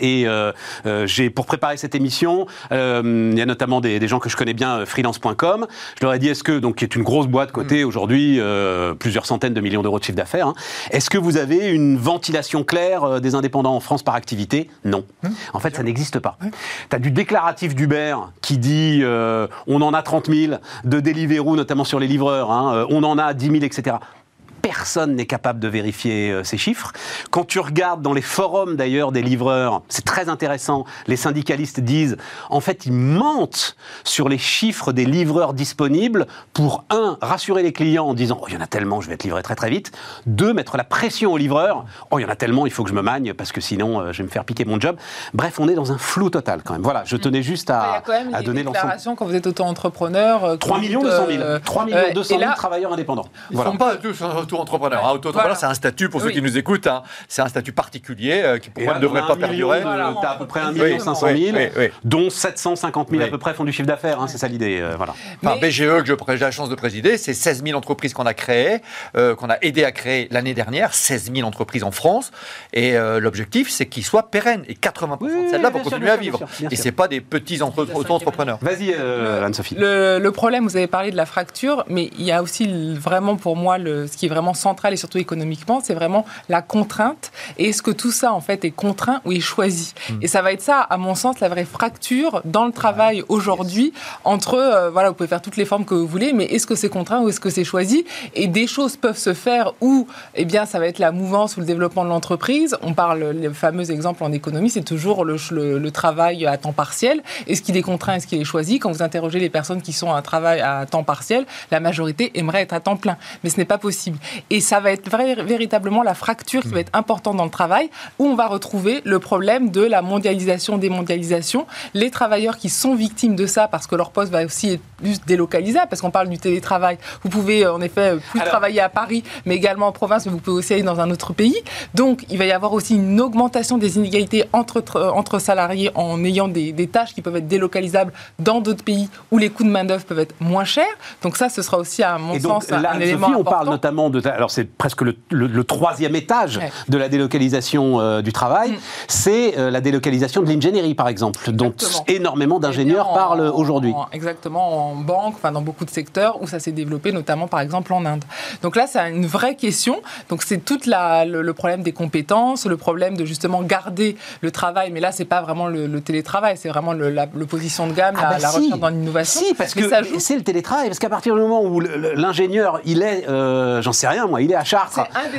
S1: pour préparer cette émission, il y a notamment des gens que je connais bien, freelance.com. Je leur ai dit, qui est une grosse boîte cotée aujourd'hui, plusieurs centaines de millions d'euros de chiffre d'affaires, hein, est-ce que vous avez une ventilation claire des indépendants en France par activité ? Non. En fait, ça n'existe pas. Tu as du déclaratif d'Uber qui dit on en a 30 000, de Deliveroo, notamment sur les livreurs, hein, on en a 10 000, etc. Personne n'est capable de vérifier ces chiffres. Quand tu regardes dans les forums d'ailleurs des livreurs, c'est très intéressant, les syndicalistes disent, en fait ils mentent sur les chiffres des livreurs disponibles pour, rassurer les clients en disant « Oh, il y en a tellement, je vais être livré très très vite », 2, mettre la pression aux livreurs « Oh, il y en a tellement, il faut que je me magne parce que sinon je vais me faire piquer mon job ». Bref, on est dans un flou total quand même. Voilà, je tenais juste à donner l'ensemble.
S3: Quand vous êtes auto-entrepreneur...
S1: 3 200 000 travailleurs indépendants.
S2: Ils ne sont pas tous auto-entrepreneur. Auto-entrepreneur, c'est un statut, pour ceux qui nous écoutent, hein, c'est un statut particulier qui pour moi ne devrait pas perdurer.
S1: Tu as à peu près 1 500 000, dont 750 000 à peu près font du chiffre d'affaires, hein, c'est ça l'idée. Voilà.
S2: Enfin, BGE, que j'ai la chance de présider, c'est 16 000 entreprises qu'on a créées, qu'on a aidé à créer l'année dernière, 16 000 entreprises en France, et l'objectif, c'est qu'ils soient pérennes, et 80% de celles-là vont continuer à vivre. Et ce n'est pas des petits auto-entrepreneurs.
S1: Vas-y, Anne-Sophie.
S3: Le problème, vous avez parlé de la fracture, mais il y a aussi vraiment pour moi, ce qui est vraiment central et surtout économiquement, c'est vraiment la contrainte. Et est-ce que tout ça, en fait, est contraint ou est choisi ? Et ça va être ça, à mon sens, la vraie fracture dans le travail aujourd'hui entre, vous pouvez faire toutes les formes que vous voulez, mais est-ce que c'est contraint ou est-ce que c'est choisi ? Et des choses peuvent se faire où, ça va être la mouvance ou le développement de l'entreprise. On parle, le fameux exemple en économie, c'est toujours le travail à temps partiel. Est-ce qu'il est contraint, est-ce qu'il est choisi ? Quand vous interrogez les personnes qui sont à un travail à temps partiel, la majorité aimerait être à temps plein. Mais ce n'est pas possible. Et ça va être véritablement la fracture qui va être importante dans le travail, où on va retrouver le problème de la mondialisation, démondialisation, les travailleurs qui sont victimes de ça parce que leur poste va aussi être plus délocalisable, parce qu'on parle du télétravail. Vous pouvez en effet travailler à Paris, mais également en province, mais vous pouvez aussi aller dans un autre pays. Donc il va y avoir aussi une augmentation des inégalités entre salariés en ayant des tâches qui peuvent être délocalisables dans d'autres pays où les coûts de main-d'œuvre peuvent être moins chers. Donc ça, ce sera aussi, à mon sens, un élément important.
S1: On parle notamment alors c'est presque le troisième étage de la délocalisation du travail, c'est la délocalisation de l'ingénierie, par exemple, dont énormément d'ingénieurs parlent aujourd'hui.
S3: Exactement, en banque, dans beaucoup de secteurs où ça s'est développé, notamment, par exemple, en Inde. Donc là, c'est une vraie question. Donc c'est tout le problème des compétences, le problème de justement garder le travail, mais là, c'est pas vraiment le télétravail, c'est vraiment l'opposition de gamme, la recherche dans l'innovation.
S1: Si, parce que c'est le télétravail, parce qu'à partir du moment où l'ingénieur, il est, j'en sais rien, moi, il est à Chartres.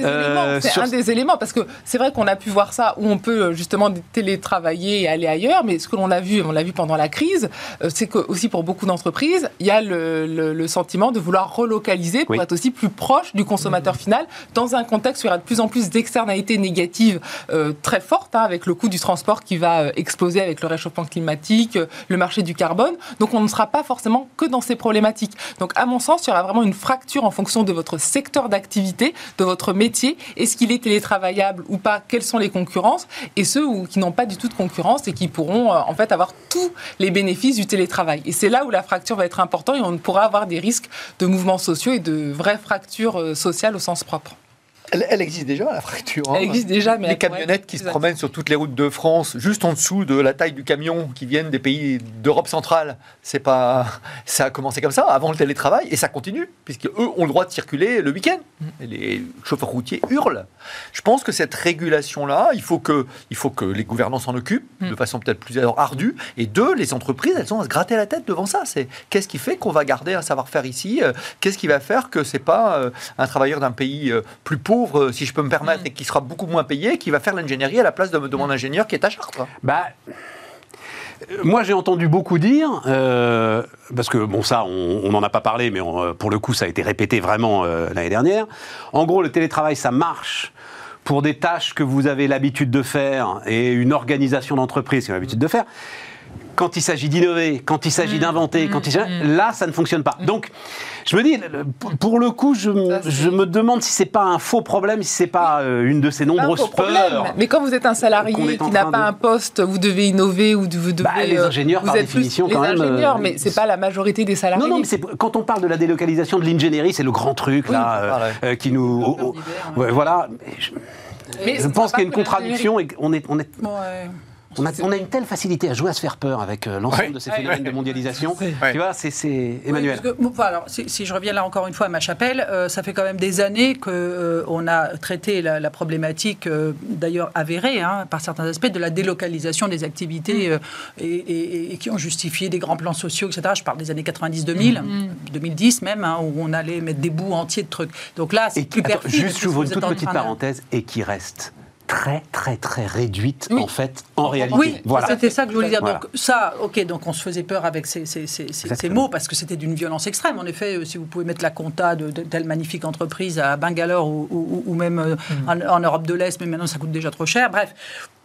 S3: C'est un des éléments, parce que c'est vrai qu'on a pu voir ça, où on peut justement télétravailler et aller ailleurs, mais ce que on l'a vu pendant la crise, c'est que aussi pour beaucoup d'entreprises, il y a le sentiment de vouloir relocaliser pour être aussi plus proche du consommateur final, dans un contexte où il y aura de plus en plus d'externalités négatives très fortes, avec le coût du transport qui va exploser avec le réchauffement climatique, le marché du carbone. Donc on ne sera pas forcément que dans ces problématiques. Donc à mon sens, il y aura vraiment une fracture en fonction de votre secteur d'activité, de votre métier. Est-ce qu'il est télétravaillable ou pas ? Quelles sont les concurrences ? Et ceux qui n'ont pas du tout de concurrence et qui pourront en fait avoir tous les bénéfices du télétravail. Et c'est là où la fracture va être importante et on pourra avoir des risques de mouvements sociaux et de vraies fractures sociales au sens propre.
S2: Elle existe déjà, la fracture.
S3: Elle existe déjà, mais...
S2: Les camionnettes qui se promènent sur toutes les routes de France, juste en dessous de la taille du camion, qui viennent des pays d'Europe centrale, ça a commencé comme ça, avant le télétravail, et ça continue, puisqu'eux ont le droit de circuler le week-end. Et les chauffeurs routiers hurlent. Je pense que cette régulation-là, il faut que les gouvernants s'en occupent, de façon peut-être plus ardue, et les entreprises, elles ont à se gratter la tête devant ça. Qu'est-ce qui fait qu'on va garder un savoir-faire ici ? Qu'est-ce qui va faire que c'est pas un travailleur d'un pays plus pauvre, si je peux me permettre, et qui sera beaucoup moins payé, qui va faire l'ingénierie à la place de mon ingénieur qui est à Chartres.
S1: Moi, j'ai entendu beaucoup dire, parce que, ça, on n'en a pas parlé, mais pour le coup, ça a été répété vraiment l'année dernière. En gros, le télétravail, ça marche pour des tâches que vous avez l'habitude de faire et une organisation d'entreprise qui a l'habitude de faire. quand il s'agit d'innover, quand il s'agit d'inventer, là, ça ne fonctionne pas. Donc, je me dis, pour le coup, je me demande si c'est pas un faux problème, si c'est pas une de ces nombreuses peurs.
S3: Mais quand vous êtes un salarié qui n'a pas un poste, vous devez innover ou vous devez.
S1: Les ingénieurs, par définition, quand même.
S3: Les ingénieurs, mais c'est pas la majorité des salariés.
S1: Non, mais quand on parle de la délocalisation de l'ingénierie, c'est le grand truc là qui nous. Voilà. Je pense qu'il y a une contradiction et qu'on est. On a une telle facilité à jouer à se faire peur avec l'ensemble de ces phénomènes de mondialisation. Tu vois, c'est Emmanuel.
S4: Alors, si je reviens là encore une fois à ma chapelle, ça fait quand même des années qu'on a traité la problématique, d'ailleurs avérée par certains aspects, de la délocalisation des activités et qui ont justifié des grands plans sociaux, etc. Je parle des années 90-2000, 2010 même, où on allait mettre des bouts entiers de trucs. Donc là, c'est plus perfide.
S1: Juste, j'ouvre une toute petite parenthèse et qui reste très, très, très réduite, en fait, en réalité.
S4: Oui, voilà. C'était ça que je voulais dire. Voilà. Donc, ça, donc on se faisait peur avec ces mots, parce que c'était d'une violence extrême. En effet, si vous pouvez mettre la compta de telle magnifique entreprise à Bangalore ou même en Europe de l'Est, mais maintenant ça coûte déjà trop cher. Bref,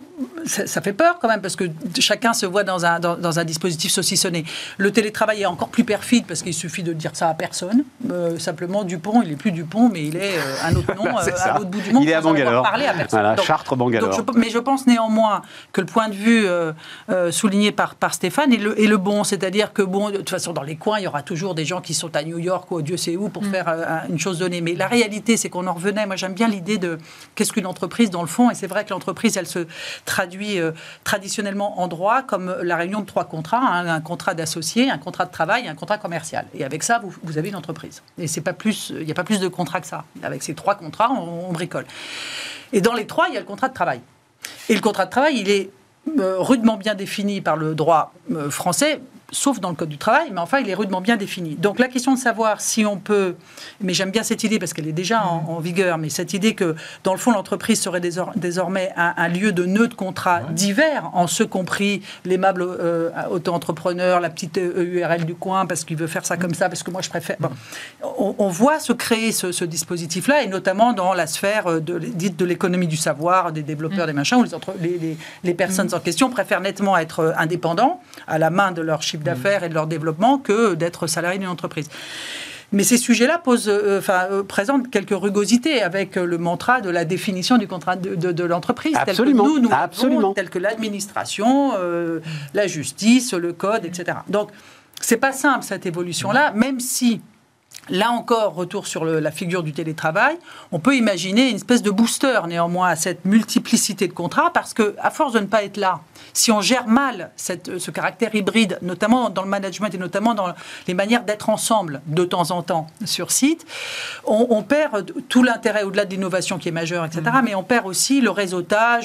S4: ça fait peur quand même, parce que chacun se voit dans un dispositif saucissonné. Le télétravail est encore plus perfide, parce qu'il suffit de dire ça à personne. Simplement, Dupont, il n'est plus Dupont, mais il est un autre nom, à l'autre bout du monde.
S1: Il est à Bangalore.
S4: Parler à personne.
S1: Voilà, Chartres, Bangalore.
S4: Mais je pense néanmoins que le point de vue souligné par Stéphane est le bon. C'est-à-dire que, de toute façon, dans les coins, il y aura toujours des gens qui sont à New York ou Dieu sait où pour faire une chose donnée. Mais la réalité, c'est qu'on en revenait. Moi, j'aime bien l'idée de qu'est-ce qu'une entreprise, dans le fond. Et c'est vrai que l'entreprise, elle se traduit traditionnellement en droit comme la réunion de 3 contrats, un contrat d'associé, un contrat de travail et un contrat commercial. Et avec ça, vous avez une entreprise. Et c'est pas plus, il n'y a pas plus de contrats que ça. Avec ces 3 contrats, on bricole. Et dans les 3, il y a le contrat de travail. Et le contrat de travail, il est rudement bien défini par le droit français, sauf dans le Code du travail, mais enfin, il est rudement bien défini. Donc, la question de savoir si on peut... Mais j'aime bien cette idée, parce qu'elle est déjà en vigueur, mais cette idée que, dans le fond, l'entreprise serait désormais un lieu de nœuds de contrats divers, en ce compris l'aimable auto-entrepreneur, la petite URL du coin, parce qu'il veut faire ça comme ça, parce que moi, je préfère... Bon. On voit se créer ce dispositif-là, et notamment dans la sphère dite de l'économie du savoir, des développeurs, des machins, où les personnes en question préfèrent nettement être indépendants, à la main de leur chiffre d'affaires et de leur développement, que d'être salarié d'une entreprise. Mais ces sujets-là présentent quelques rugosités avec le mantra de la définition du contrat de l'entreprise, tel que nous vivons, tel que l'administration, la justice, le code, etc. Donc, c'est pas simple cette évolution-là, même si... Là encore, retour sur la figure du télétravail, on peut imaginer une espèce de booster néanmoins à cette multiplicité de contrats, parce qu'à force de ne pas être là, si on gère mal ce caractère hybride, notamment dans le management et notamment dans les manières d'être ensemble de temps en temps sur site, on perd tout l'intérêt au-delà de l'innovation qui est majeure, etc. Mais on perd aussi le réseautage,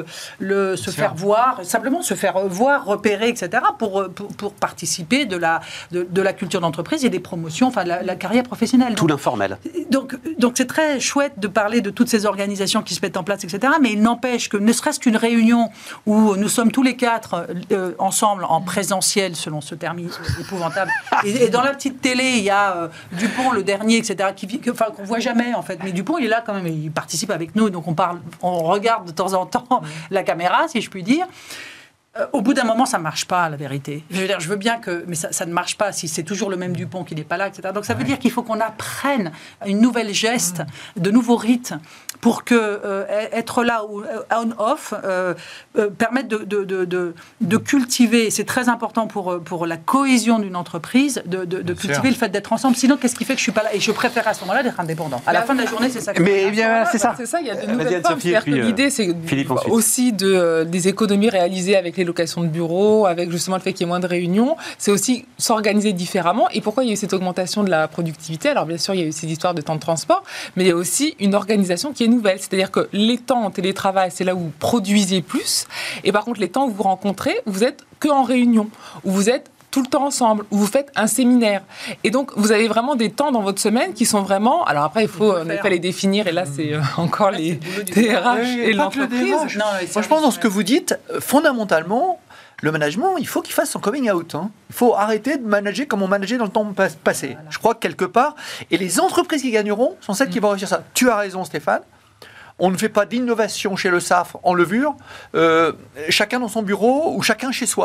S4: se faire voir, simplement se faire voir, repérer, etc. pour participer de la culture d'entreprise et des promotions, enfin la carrière professionnelle.
S1: Tout l'informel.
S4: Donc c'est très chouette de parler de toutes ces organisations qui se mettent en place, etc. Mais il n'empêche que ne serait-ce qu'une réunion où nous sommes tous les 4 ensemble en présentiel, selon ce terme épouvantable, et dans la petite télé, il y a Dupont, le dernier, etc., qu'on voit jamais en fait. Mais Dupont, il est là quand même, il participe avec nous, donc on regarde de temps en temps la caméra, si je puis dire. Au bout d'un moment, ça ne marche pas, la vérité. Je veux bien que... Mais ça ne marche pas si c'est toujours le même Dupont qui n'est pas là, etc. Donc ça veut dire qu'il faut qu'on apprenne une nouvelle geste, de nouveaux rites, pour que être là ou on-off permette de cultiver, c'est très important pour la cohésion d'une entreprise, de cultiver le fait d'être ensemble. Sinon, qu'est-ce qui fait que je ne suis pas là? Et je préfère à ce moment-là d'être indépendant. À la fin de la journée, c'est ça.
S1: Mais bien, c'est ça.
S3: C'est ça, il y a de nouvelles formes. L'idée, c'est aussi des économies réalisées avec les locations de bureaux, avec justement le fait qu'il y ait moins de réunions. C'est aussi s'organiser différemment. Et pourquoi il y a eu cette augmentation de la productivité? Alors bien sûr, il y a eu ces histoires de temps de transport, mais il y a aussi une organisation qui est nouvelle. C'est-à-dire que les temps en télétravail, c'est là où vous produisez plus. Et par contre, les temps où vous rencontrez, vous êtes que en réunion, où vous êtes tout le temps ensemble, où vous faites un séminaire. Et donc, vous avez vraiment des temps dans votre semaine qui sont vraiment... Alors après, il faut pas les définir, et là, c'est encore les DRH et l'entreprise.
S2: Moi, je pense dans ce que vous dites, fondamentalement, le management, il faut qu'il fasse son coming out. Il faut arrêter de manager comme on manageait dans le temps passé. Voilà. Je crois que quelque part, et les entreprises qui gagneront sont celles qui vont réussir ça. Tu as raison, Stéphane. On ne fait pas d'innovation chez le SAF en levure, chacun dans son bureau ou chacun chez soi.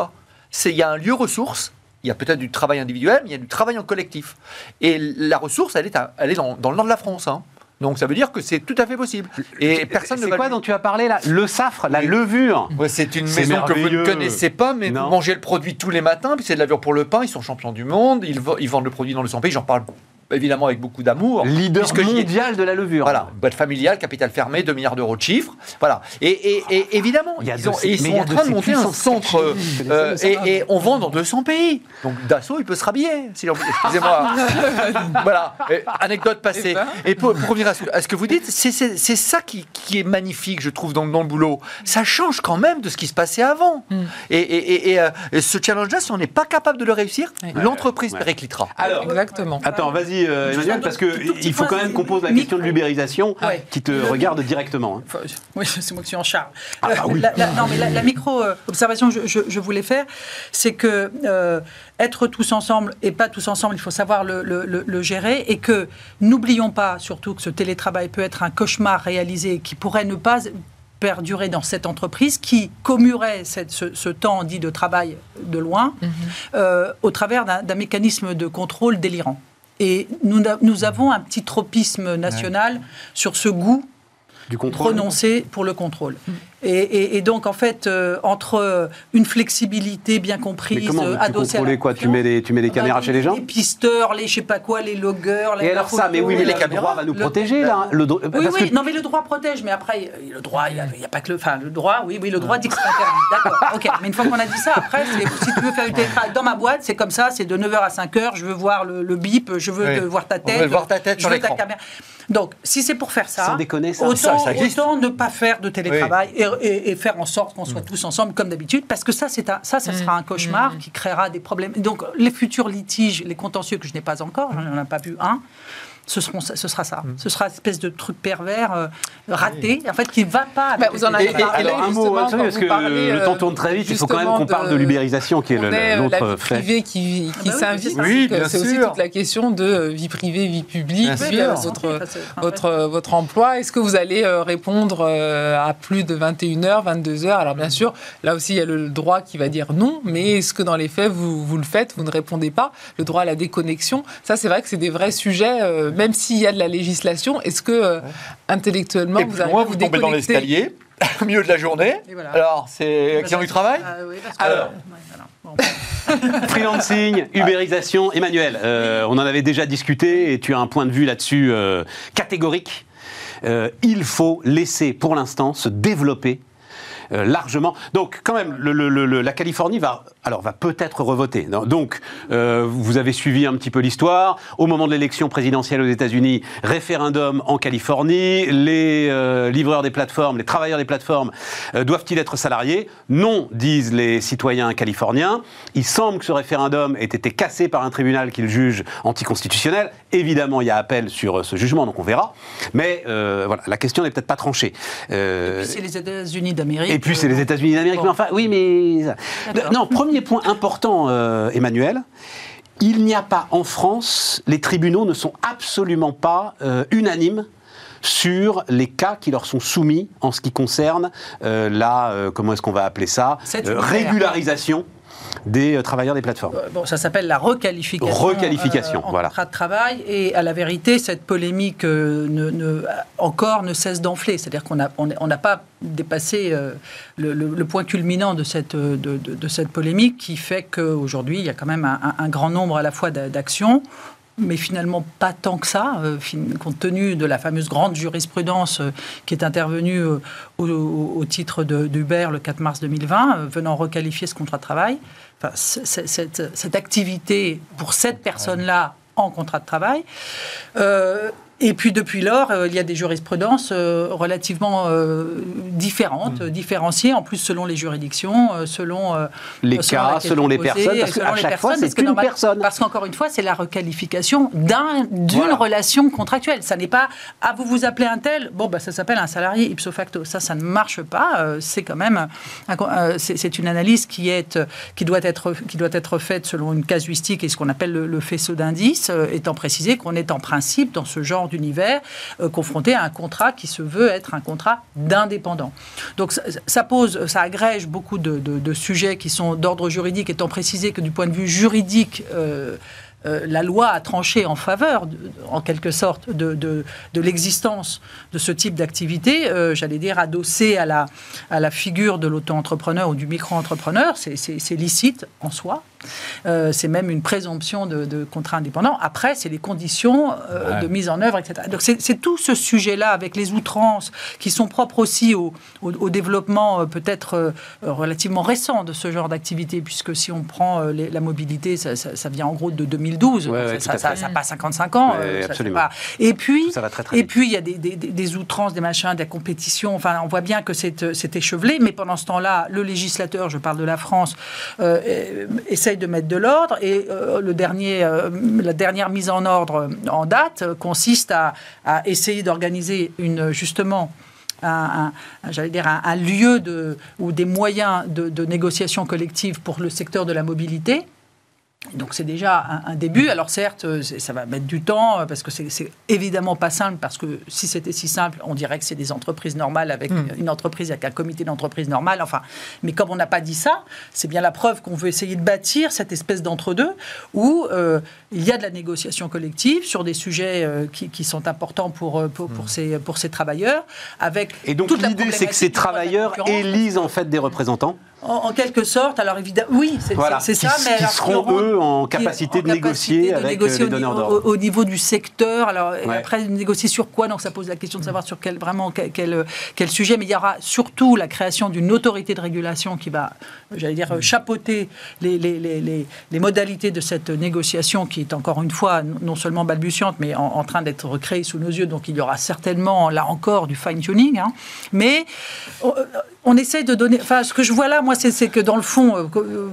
S2: il y a un lieu ressource. Il y a peut-être du travail individuel, mais il y a du travail en collectif. Et la ressource, elle est dans le nord de la France. Hein. Donc ça veut dire que c'est tout à fait possible. Et personne ne va...
S1: C'est quoi dont tu as paré là ? Le safre, la levure.
S2: Ouais, c'est une maison que vous ne connaissez pas, mais vous mangez le produit tous les matins, puis c'est de la levure pour le pain, ils sont champions du monde, ils vendent le produit dans le 100 pays, j'en parle évidemment avec beaucoup d'amour.
S1: Leader mondial de la levure.
S2: Voilà, boîte familiale, capital fermé, 2 milliards d'euros de chiffre. Voilà. Et évidemment, ils sont en train de monter un centre. Et on vend dans 200 pays. Donc Dassault, il peut se rhabiller. Excusez-moi. Voilà. Anecdote passée. Et pour revenir à ce que vous dites, c'est ça qui est magnifique, je trouve, dans le boulot. Ça change quand même de ce qui se passait avant. Et ce challenge-là, si on n'est pas capable de le réussir, l'entreprise périclitera.
S1: Alors,
S3: exactement.
S1: Attends, vas-y. Emmanuel, parce qu'il faut quand même qu'on pose la question de l'ubérisation qui te regarde directement. Hein.
S4: Oui, c'est moi qui suis en charge.
S1: Oui.
S4: La micro-observation que je voulais faire, c'est que être tous ensemble et pas tous ensemble, il faut savoir le gérer, et que n'oublions pas surtout que ce télétravail peut être un cauchemar réalisé qui pourrait ne pas perdurer dans cette entreprise, qui commuerait ce temps dit de travail de loin au travers d'un mécanisme de contrôle délirant. Et nous avons un petit tropisme national sur ce goût
S1: du contrôle
S4: prononcé pour le contrôle. Et donc, en fait, entre une flexibilité bien comprise, adossée à la
S1: quoi, tu mets des caméras chez les gens ?
S4: Les pisteurs, les je sais pas quoi, les loggers...
S1: Et alors ça, mais oui, mais le droit va nous protéger, là.
S4: Oui, non, mais le droit protège, mais après, le droit, il n'y a pas que le... Enfin, le droit, le droit dit que c'est interdit. D'accord, ok. Mais une fois qu'on a dit ça, après, si tu veux faire du télétravail dans ma boîte, c'est comme ça, c'est de 9h à 5h, je veux voir le bip, je veux voir ta tête.
S2: On veut voir ta tête sur l'écran.
S4: Donc, si c'est pour faire ça,
S1: sans déconner,
S4: autant ne pas faire de télétravail et faire en sorte qu'on soit tous ensemble comme d'habitude, parce que ça sera un cauchemar qui créera des problèmes. Donc, les futurs litiges, les contentieux que je n'ai pas encore, je n'en ai pas vu un, ce sera ça. Ce sera une espèce de truc pervers, raté, en fait, qui ne va pas...
S3: vous en avez parlé,
S1: alors, un mot, parce que le temps tourne très vite, il faut quand même qu'on parle de l'ubérisation, qui est l'autre fait.
S3: La vie privée qui s'invite, c'est aussi toute la question de vie privée, vie publique, votre emploi. Est-ce que vous allez répondre à plus de 21h, 22h ? Alors bien sûr, là aussi, il y a le droit qui va dire non, mais est-ce que dans les faits, vous le faites, vous ne répondez pas ? Le droit à la déconnexion, ça c'est vrai que c'est des vrais sujets, même s'il y a de la législation, est-ce que intellectuellement, vous arrivez à vous
S2: tombez dans l'escalier au milieu de la journée. Voilà. Alors, c'est accident du travail.
S1: Freelancing, ubérisation. Emmanuel, on en avait déjà discuté et tu as un point de vue là-dessus catégorique. Il faut laisser pour l'instant se développer largement. Donc, quand même, la Californie va peut-être revoter. Donc, vous avez suivi un petit peu l'histoire. Au moment de l'élection présidentielle aux États-Unis, référendum en Californie. Les livreurs des plateformes, les travailleurs des plateformes doivent-ils être salariés ? Non, disent les citoyens californiens. Il semble que ce référendum ait été cassé par un tribunal qu'ils jugent anticonstitutionnel. Évidemment, il y a appel sur ce jugement, donc on verra. Mais voilà, la question n'est peut-être pas tranchée.
S4: Et puis c'est les États-Unis d'Amérique.
S1: Et puis c'est les États-Unis d'Amérique. Mais enfin, oui, mais... Non, premier point important, Emmanuel. Il n'y a pas en France, les tribunaux ne sont absolument pas unanimes sur les cas qui leur sont soumis en ce qui concerne comment est-ce qu'on va appeler ça, régularisation des travailleurs des plateformes.
S4: Ça s'appelle la requalification en contrat de travail, et à la vérité, cette polémique encore ne cesse d'enfler. C'est-à-dire qu'on n'a pas dépassé le point culminant de cette polémique, qui fait qu'aujourd'hui, il y a quand même un grand nombre à la fois d'actions, mais finalement pas tant que ça, compte tenu de la fameuse grande jurisprudence qui est intervenue au titre d'Uber le 4 mars 2020, venant requalifier ce contrat de travail. Enfin, cette activité pour cette personne-là en contrat de travail. Et puis depuis lors, il y a des jurisprudences relativement différentes, différenciées, en plus selon les juridictions, selon
S1: les cas, selon les personnes, parce qu'à chaque fois, c'est une personne.
S4: Parce qu'encore une fois, c'est la requalification d'une relation contractuelle. Ça n'est pas « vous vous appelez un tel », ça s'appelle un salarié ipso facto. Ça ne marche pas. C'est quand même... c'est une analyse qui doit être faite selon une casuistique et ce qu'on appelle le faisceau d'indices, étant précisé qu'on est en principe dans ce genre d'univers, confrontés à un contrat qui se veut être un contrat d'indépendant. Donc ça agrège beaucoup de sujets qui sont d'ordre juridique, étant précisé que du point de vue juridique, la loi a tranché en faveur, en quelque sorte, de l'existence de ce type d'activité, j'allais dire adossée à la figure de l'auto-entrepreneur ou du micro-entrepreneur. C'est licite en soi. C'est même une présomption de contrat indépendant. Après, c'est les conditions de mise en œuvre, etc. Donc c'est tout ce sujet-là, avec les outrances, qui sont propres aussi au développement peut-être relativement récent de ce genre d'activité, puisque si on prend la mobilité, ça vient en gros de 2012. Ça passe 55 ans.
S1: Absolument.
S4: Et puis,
S1: ça va très, très vite.
S4: Il y a des outrances, des machins, des compétitions. Enfin, on voit bien que c'est échevelé, mais pendant ce temps-là, le législateur, je parle de la France, essaye de mettre de l'ordre, et la dernière mise en ordre en date consiste à essayer d'organiser justement un lieu ou des moyens de négociation collective pour le secteur de la mobilité. Donc c'est déjà un début. Alors certes, ça va mettre du temps, parce que c'est évidemment pas simple, parce que si c'était si simple, on dirait que c'est des entreprises normales avec une entreprise, avec un comité d'entreprise normal. Enfin, mais comme on n'a pas dit ça, c'est bien la preuve qu'on veut essayer de bâtir cette espèce d'entre-deux où il y a de la négociation collective sur des sujets qui sont importants pour ces travailleurs.
S1: Et donc l'idée, c'est que ces travailleurs élisent en fait des représentants.
S4: En quelque sorte, alors évidemment, oui, c'est ça, mais
S1: qui seront eux en capacité de négocier avec les donneurs d'ordre.
S4: Au niveau du secteur, alors après négocier sur quoi, donc ça pose la question de savoir sur quel sujet, mais il y aura surtout la création d'une autorité de régulation qui va, j'allais dire, chapeauter les modalités de cette négociation qui est encore une fois non seulement balbutiante, mais en train d'être créée sous nos yeux, donc il y aura certainement là encore du fine-tuning, mais on essaye de donner... Enfin, ce que je vois là, moi, c'est que dans le fond,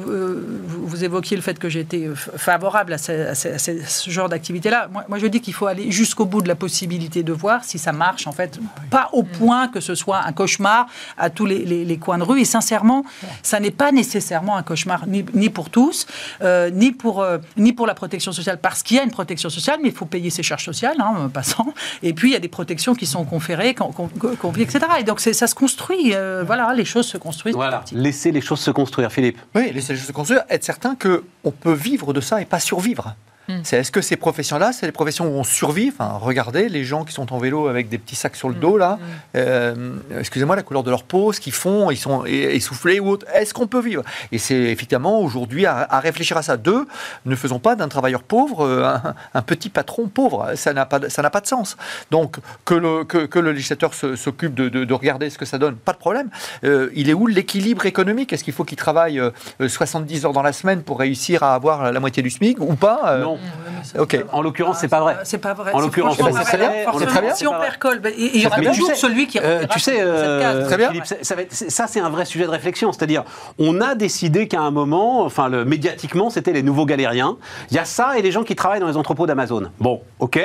S4: vous évoquiez le fait que j'ai été favorable à ce genre d'activité-là. Moi, je dis qu'il faut aller jusqu'au bout de la possibilité de voir si ça marche, en fait. Pas au point que ce soit un cauchemar à tous les coins de rue. Et sincèrement, ça n'est pas nécessairement un cauchemar, ni pour tous, ni pour la protection sociale. Parce qu'il y a une protection sociale, mais il faut payer ses charges sociales, passant. Et puis, il y a des protections qui sont conférées, etc. Et donc, ça se construit. Voilà, les choses se construisent.
S1: Voilà, laisser les choses se construire, Philippe.
S2: Oui, laisser les choses se construire, être certain qu'on peut vivre de ça et pas survivre. Est-ce que ces professions-là, c'est les professions où on survit? Enfin, regardez les gens qui sont en vélo avec des petits sacs sur le dos, là. Excusez-moi, la couleur de leur peau, ce qu'ils font, ils sont essoufflés ou autre. Est-ce qu'on peut vivre? Et c'est effectivement aujourd'hui à réfléchir à ça. Ne faisons pas d'un travailleur pauvre un petit patron pauvre. Ça n'a pas de sens. Donc, que le législateur s'occupe de regarder ce que ça donne, pas de problème. Il est où l'équilibre économique? Est-ce qu'il faut qu'il travaille 70 heures dans la semaine pour réussir à avoir la moitié du SMIC ou pas?
S1: Non. Ok. En l'occurrence, c'est pas vrai.
S4: C'est pas vrai.
S1: En l'occurrence,
S4: c'est très bien. Si on percole, il y aura toujours celui qui
S1: tu sais,
S2: très bien.
S1: Philippe, ça c'est un vrai sujet de réflexion. C'est-à-dire, on a décidé qu'à un moment, enfin, médiatiquement, c'était les nouveaux galériens. Il y a ça et les gens qui travaillent dans les entrepôts d'Amazon. Bon, ok.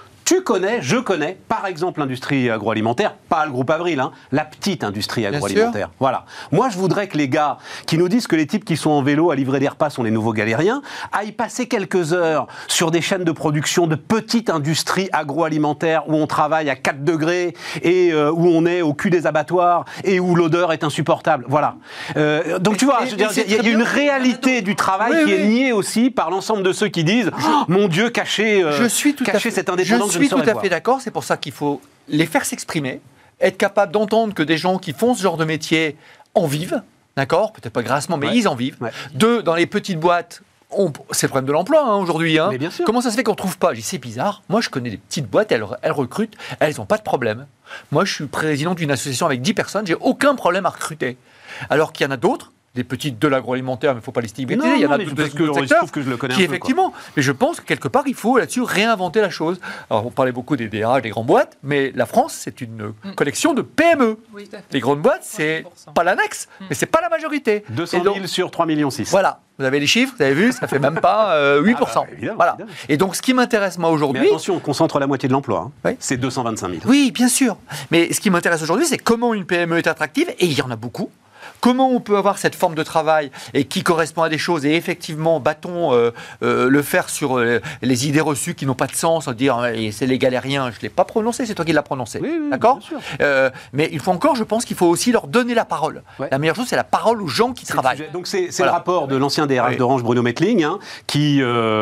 S1: Je connais, par exemple, l'industrie agroalimentaire, pas le groupe Avril, la petite industrie agroalimentaire. Voilà. Moi, je voudrais que les gars qui nous disent que les types qui sont en vélo à livrer des repas sont les nouveaux galériens aillent passer quelques heures sur des chaînes de production de petite industrie agroalimentaire où on travaille à 4 degrés et où on est au cul des abattoirs et où l'odeur est insupportable. Voilà. Donc, tu vois, il y a une réalité du travail qui est niée aussi par l'ensemble de ceux qui disent « Mon Dieu, cacher cette indépendance ».
S2: Je suis tout à fait d'accord, c'est pour ça qu'il faut les faire s'exprimer, être capable d'entendre que des gens qui font ce genre de métier en vivent, d'accord? Peut-être pas grassement, mais ils en vivent. Ouais. Dans les petites boîtes, c'est le problème de l'emploi aujourd'hui.
S1: Mais bien sûr.
S2: Comment ça se fait qu'on ne trouve pas? C'est bizarre. Moi, je connais des petites boîtes, elles recrutent, elles n'ont pas de problème. Moi, je suis président d'une association avec 10 personnes, j'ai aucun problème à recruter. Alors qu'il y en a d'autres, des petites de l'agroalimentaire, mais il ne faut pas les stigmatiser. Il y en a d'autres secteurs
S1: que je le connais
S2: qui, effectivement. Mais je pense que quelque part, il faut là-dessus réinventer la chose. Alors, on parlait beaucoup des DRH, des grandes boîtes, mais la France, c'est une collection de PME. Oui, les grandes boîtes, c'est pas l'annexe, mais c'est pas la majorité.
S1: 200 000 sur 3,6 millions.
S2: Voilà. Vous avez les chiffres, vous avez vu, ça fait même pas 8%.
S1: Évidemment,
S2: voilà.
S1: Évidemment.
S2: Et donc, ce qui m'intéresse, moi, aujourd'hui...
S1: Mais attention, on concentre la moitié de l'emploi. Oui. C'est 225 000.
S2: Oui, bien sûr. Mais ce qui m'intéresse aujourd'hui, c'est comment une PME est attractive, et il y en a beaucoup. comment on peut avoir cette forme de travail et qui correspond à des choses, et effectivement, battons le fer sur les idées reçues qui n'ont pas de sens, dire c'est les galériens, je ne l'ai pas prononcé, c'est toi qui l'as prononcé.
S1: Oui,
S2: d'accord ?
S1: bien sûr.
S2: Mais il faut encore, je pense qu'il faut aussi leur donner la parole.
S1: Ouais.
S2: La meilleure chose, c'est la parole aux gens qui travaillent.
S1: Donc c'est
S2: Voilà.
S1: le rapport de l'ancien DRH d'Orange, Bruno Mettling, qui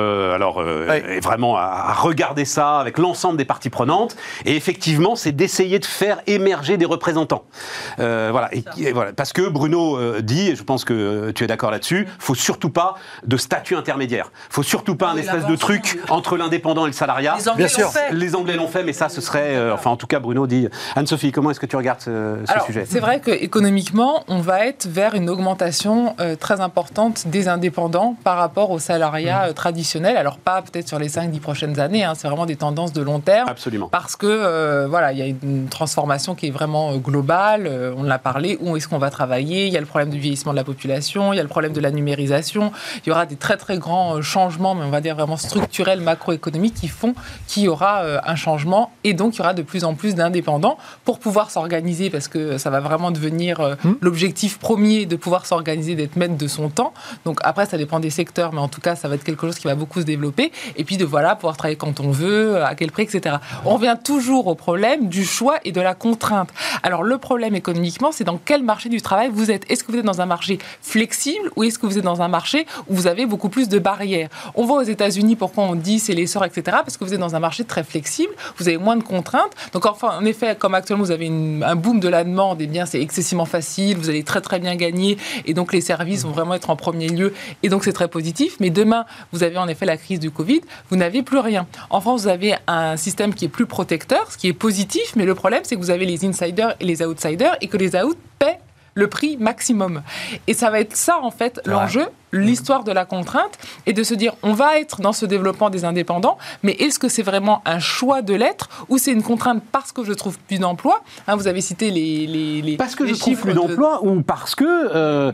S1: est vraiment à regarder ça avec l'ensemble des parties prenantes. Et effectivement, c'est d'essayer de faire émerger des représentants. Voilà. Parce que Bruno dit, et je pense que tu es d'accord là-dessus, faut surtout pas de statut intermédiaire. Faut surtout pas un espèce de truc entre l'indépendant et le salariat.
S4: Les Anglais l'ont fait.
S1: Les Anglais l'ont fait, mais ça, ce serait... enfin, en tout cas, Bruno dit... Anne-Sophie, comment est-ce que tu regardes ce sujet ?
S3: C'est vrai qu'économiquement, on va être vers une augmentation très importante des indépendants par rapport au salariat traditionnel. Alors, pas peut-être sur les 5-10 prochaines années, c'est vraiment des tendances de long terme.
S1: Absolument.
S3: Parce que, il y a une transformation qui est vraiment globale. On l'a parlé, où est-ce qu'on va travailler ? Il y a le problème du vieillissement de la population, il y a le problème de la numérisation. Il y aura des très, très grands changements, mais on va dire vraiment structurels, macroéconomiques, qui font qu'il y aura un changement. Et donc, il y aura de plus en plus d'indépendants pour pouvoir s'organiser, parce que ça va vraiment devenir l'objectif premier de pouvoir s'organiser, d'être maître de son temps. Donc après, ça dépend des secteurs, mais en tout cas, ça va être quelque chose qui va beaucoup se développer. Et puis de pouvoir travailler quand on veut, à quel prix, etc. On revient toujours au problème du choix et de la contrainte. Alors le problème économiquement, c'est dans quel marché du travail vous êtes. Est-ce que vous êtes dans un marché flexible ou est-ce que vous êtes dans un marché où vous avez beaucoup plus de barrières ? On voit aux États-Unis pourquoi on dit c'est l'essor, etc. Parce que vous êtes dans un marché très flexible, vous avez moins de contraintes. Donc enfin, en effet, comme actuellement vous avez un boom de la demande, eh bien c'est excessivement facile, vous allez très très bien gagner et donc les services vont vraiment être en premier lieu et donc c'est très positif. Mais demain, vous avez en effet la crise du Covid, vous n'avez plus rien. En France, vous avez un système qui est plus protecteur, ce qui est positif, mais le problème c'est que vous avez les insiders et les outsiders et que les outs paient le prix maximum. Et ça va être ça, en fait, l'enjeu, l'histoire de la contrainte, et de se dire, on va être dans ce développement des indépendants, mais est-ce que c'est vraiment un choix de l'être, ou c'est une contrainte parce que je trouve plus d'emplois ? Vous avez cité les
S1: parce que
S3: les
S1: je trouve
S3: chiffres
S1: plus d'emplois, ou parce que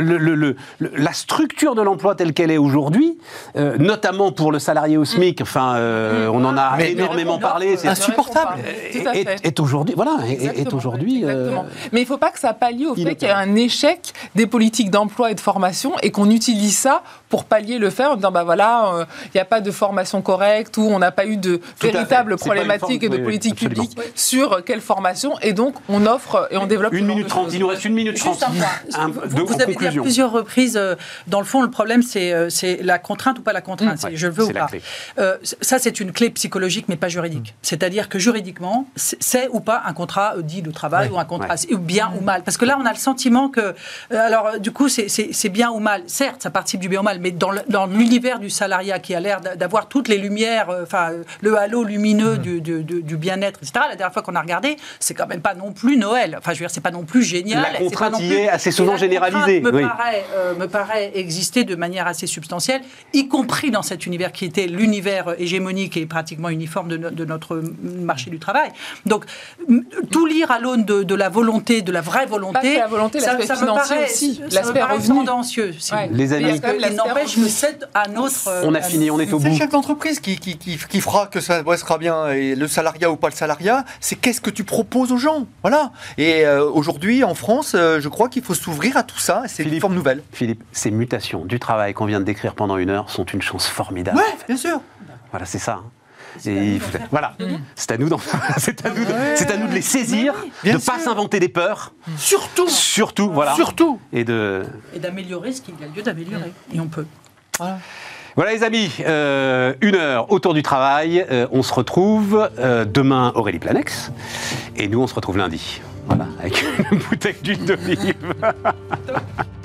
S1: la structure de l'emploi telle qu'elle est aujourd'hui, notamment pour le salarié au SMIC, on en a énormément parlé, c'est
S2: insupportable.
S1: Est aujourd'hui, est aujourd'hui.
S3: Mais il ne faut pas que ça pallie au fait qu'il y a un échec des politiques d'emploi et de formation et qu'on utilise ça pour pallier le fait en disant il n'y a pas de formation correcte ou on n'a pas eu de véritable problématique de politique publique sur quelle formation, et donc on offre et on développe
S1: 1 minute 30, il nous reste 1 minute 30.
S4: Juste un point. Vous avez dit à plusieurs reprises, dans le fond, le problème c'est la contrainte ou pas la contrainte, c'est je le veux ou pas. Ça c'est une clé psychologique mais pas juridique. C'est-à-dire que juridiquement, c'est ou pas un contrat dit de travail ou un contrat bien ou mal. Parce que là on a le sentiment que, alors du coup c'est bien ou mal. Certes, ça participe du bien ou mal, mais dans l'univers du salariat qui a l'air d'avoir toutes les lumières, le halo lumineux du bien-être, etc. La dernière fois qu'on a regardé, c'est quand même pas non plus Noël. Enfin, je veux dire, c'est pas non plus génial.
S1: La contrainte y est assez souvent généralisée.
S4: Me paraît exister de manière assez substantielle, y compris dans cet univers qui était l'univers hégémonique et pratiquement uniforme de notre marché du travail. Donc, tout lire à l'aune de la volonté, de la vraie volonté,
S3: la volonté, l'aspect financier aussi,
S4: l'aspect tendancieux.
S1: Les amis,
S4: il n'empêche que c'est un autre.
S1: On a fini, on est au bout.
S2: C'est le chef d'entreprise qui fera que ça sera bien, et le salariat ou pas le salariat, c'est qu'est-ce que tu proposes aux gens. Voilà. Et aujourd'hui, en France, je crois qu'il faut s'ouvrir à tout ça. C'est une forme nouvelle.
S1: Philippe, ces mutations du travail qu'on vient de décrire pendant 1 heure sont une chance formidable.
S2: Oui, bien sûr.
S1: Voilà, c'est ça. Voilà, c'est à nous de les saisir, de ne pas s'inventer des peurs. Surtout, voilà. Et
S4: d'améliorer ce qu'il y a lieu d'améliorer. Et on peut.
S1: Voilà les amis, 1 heure autour du travail. On se retrouve demain Aurélie Planex. Et nous, on se retrouve lundi. Voilà, avec une bouteille d'huile d'olive.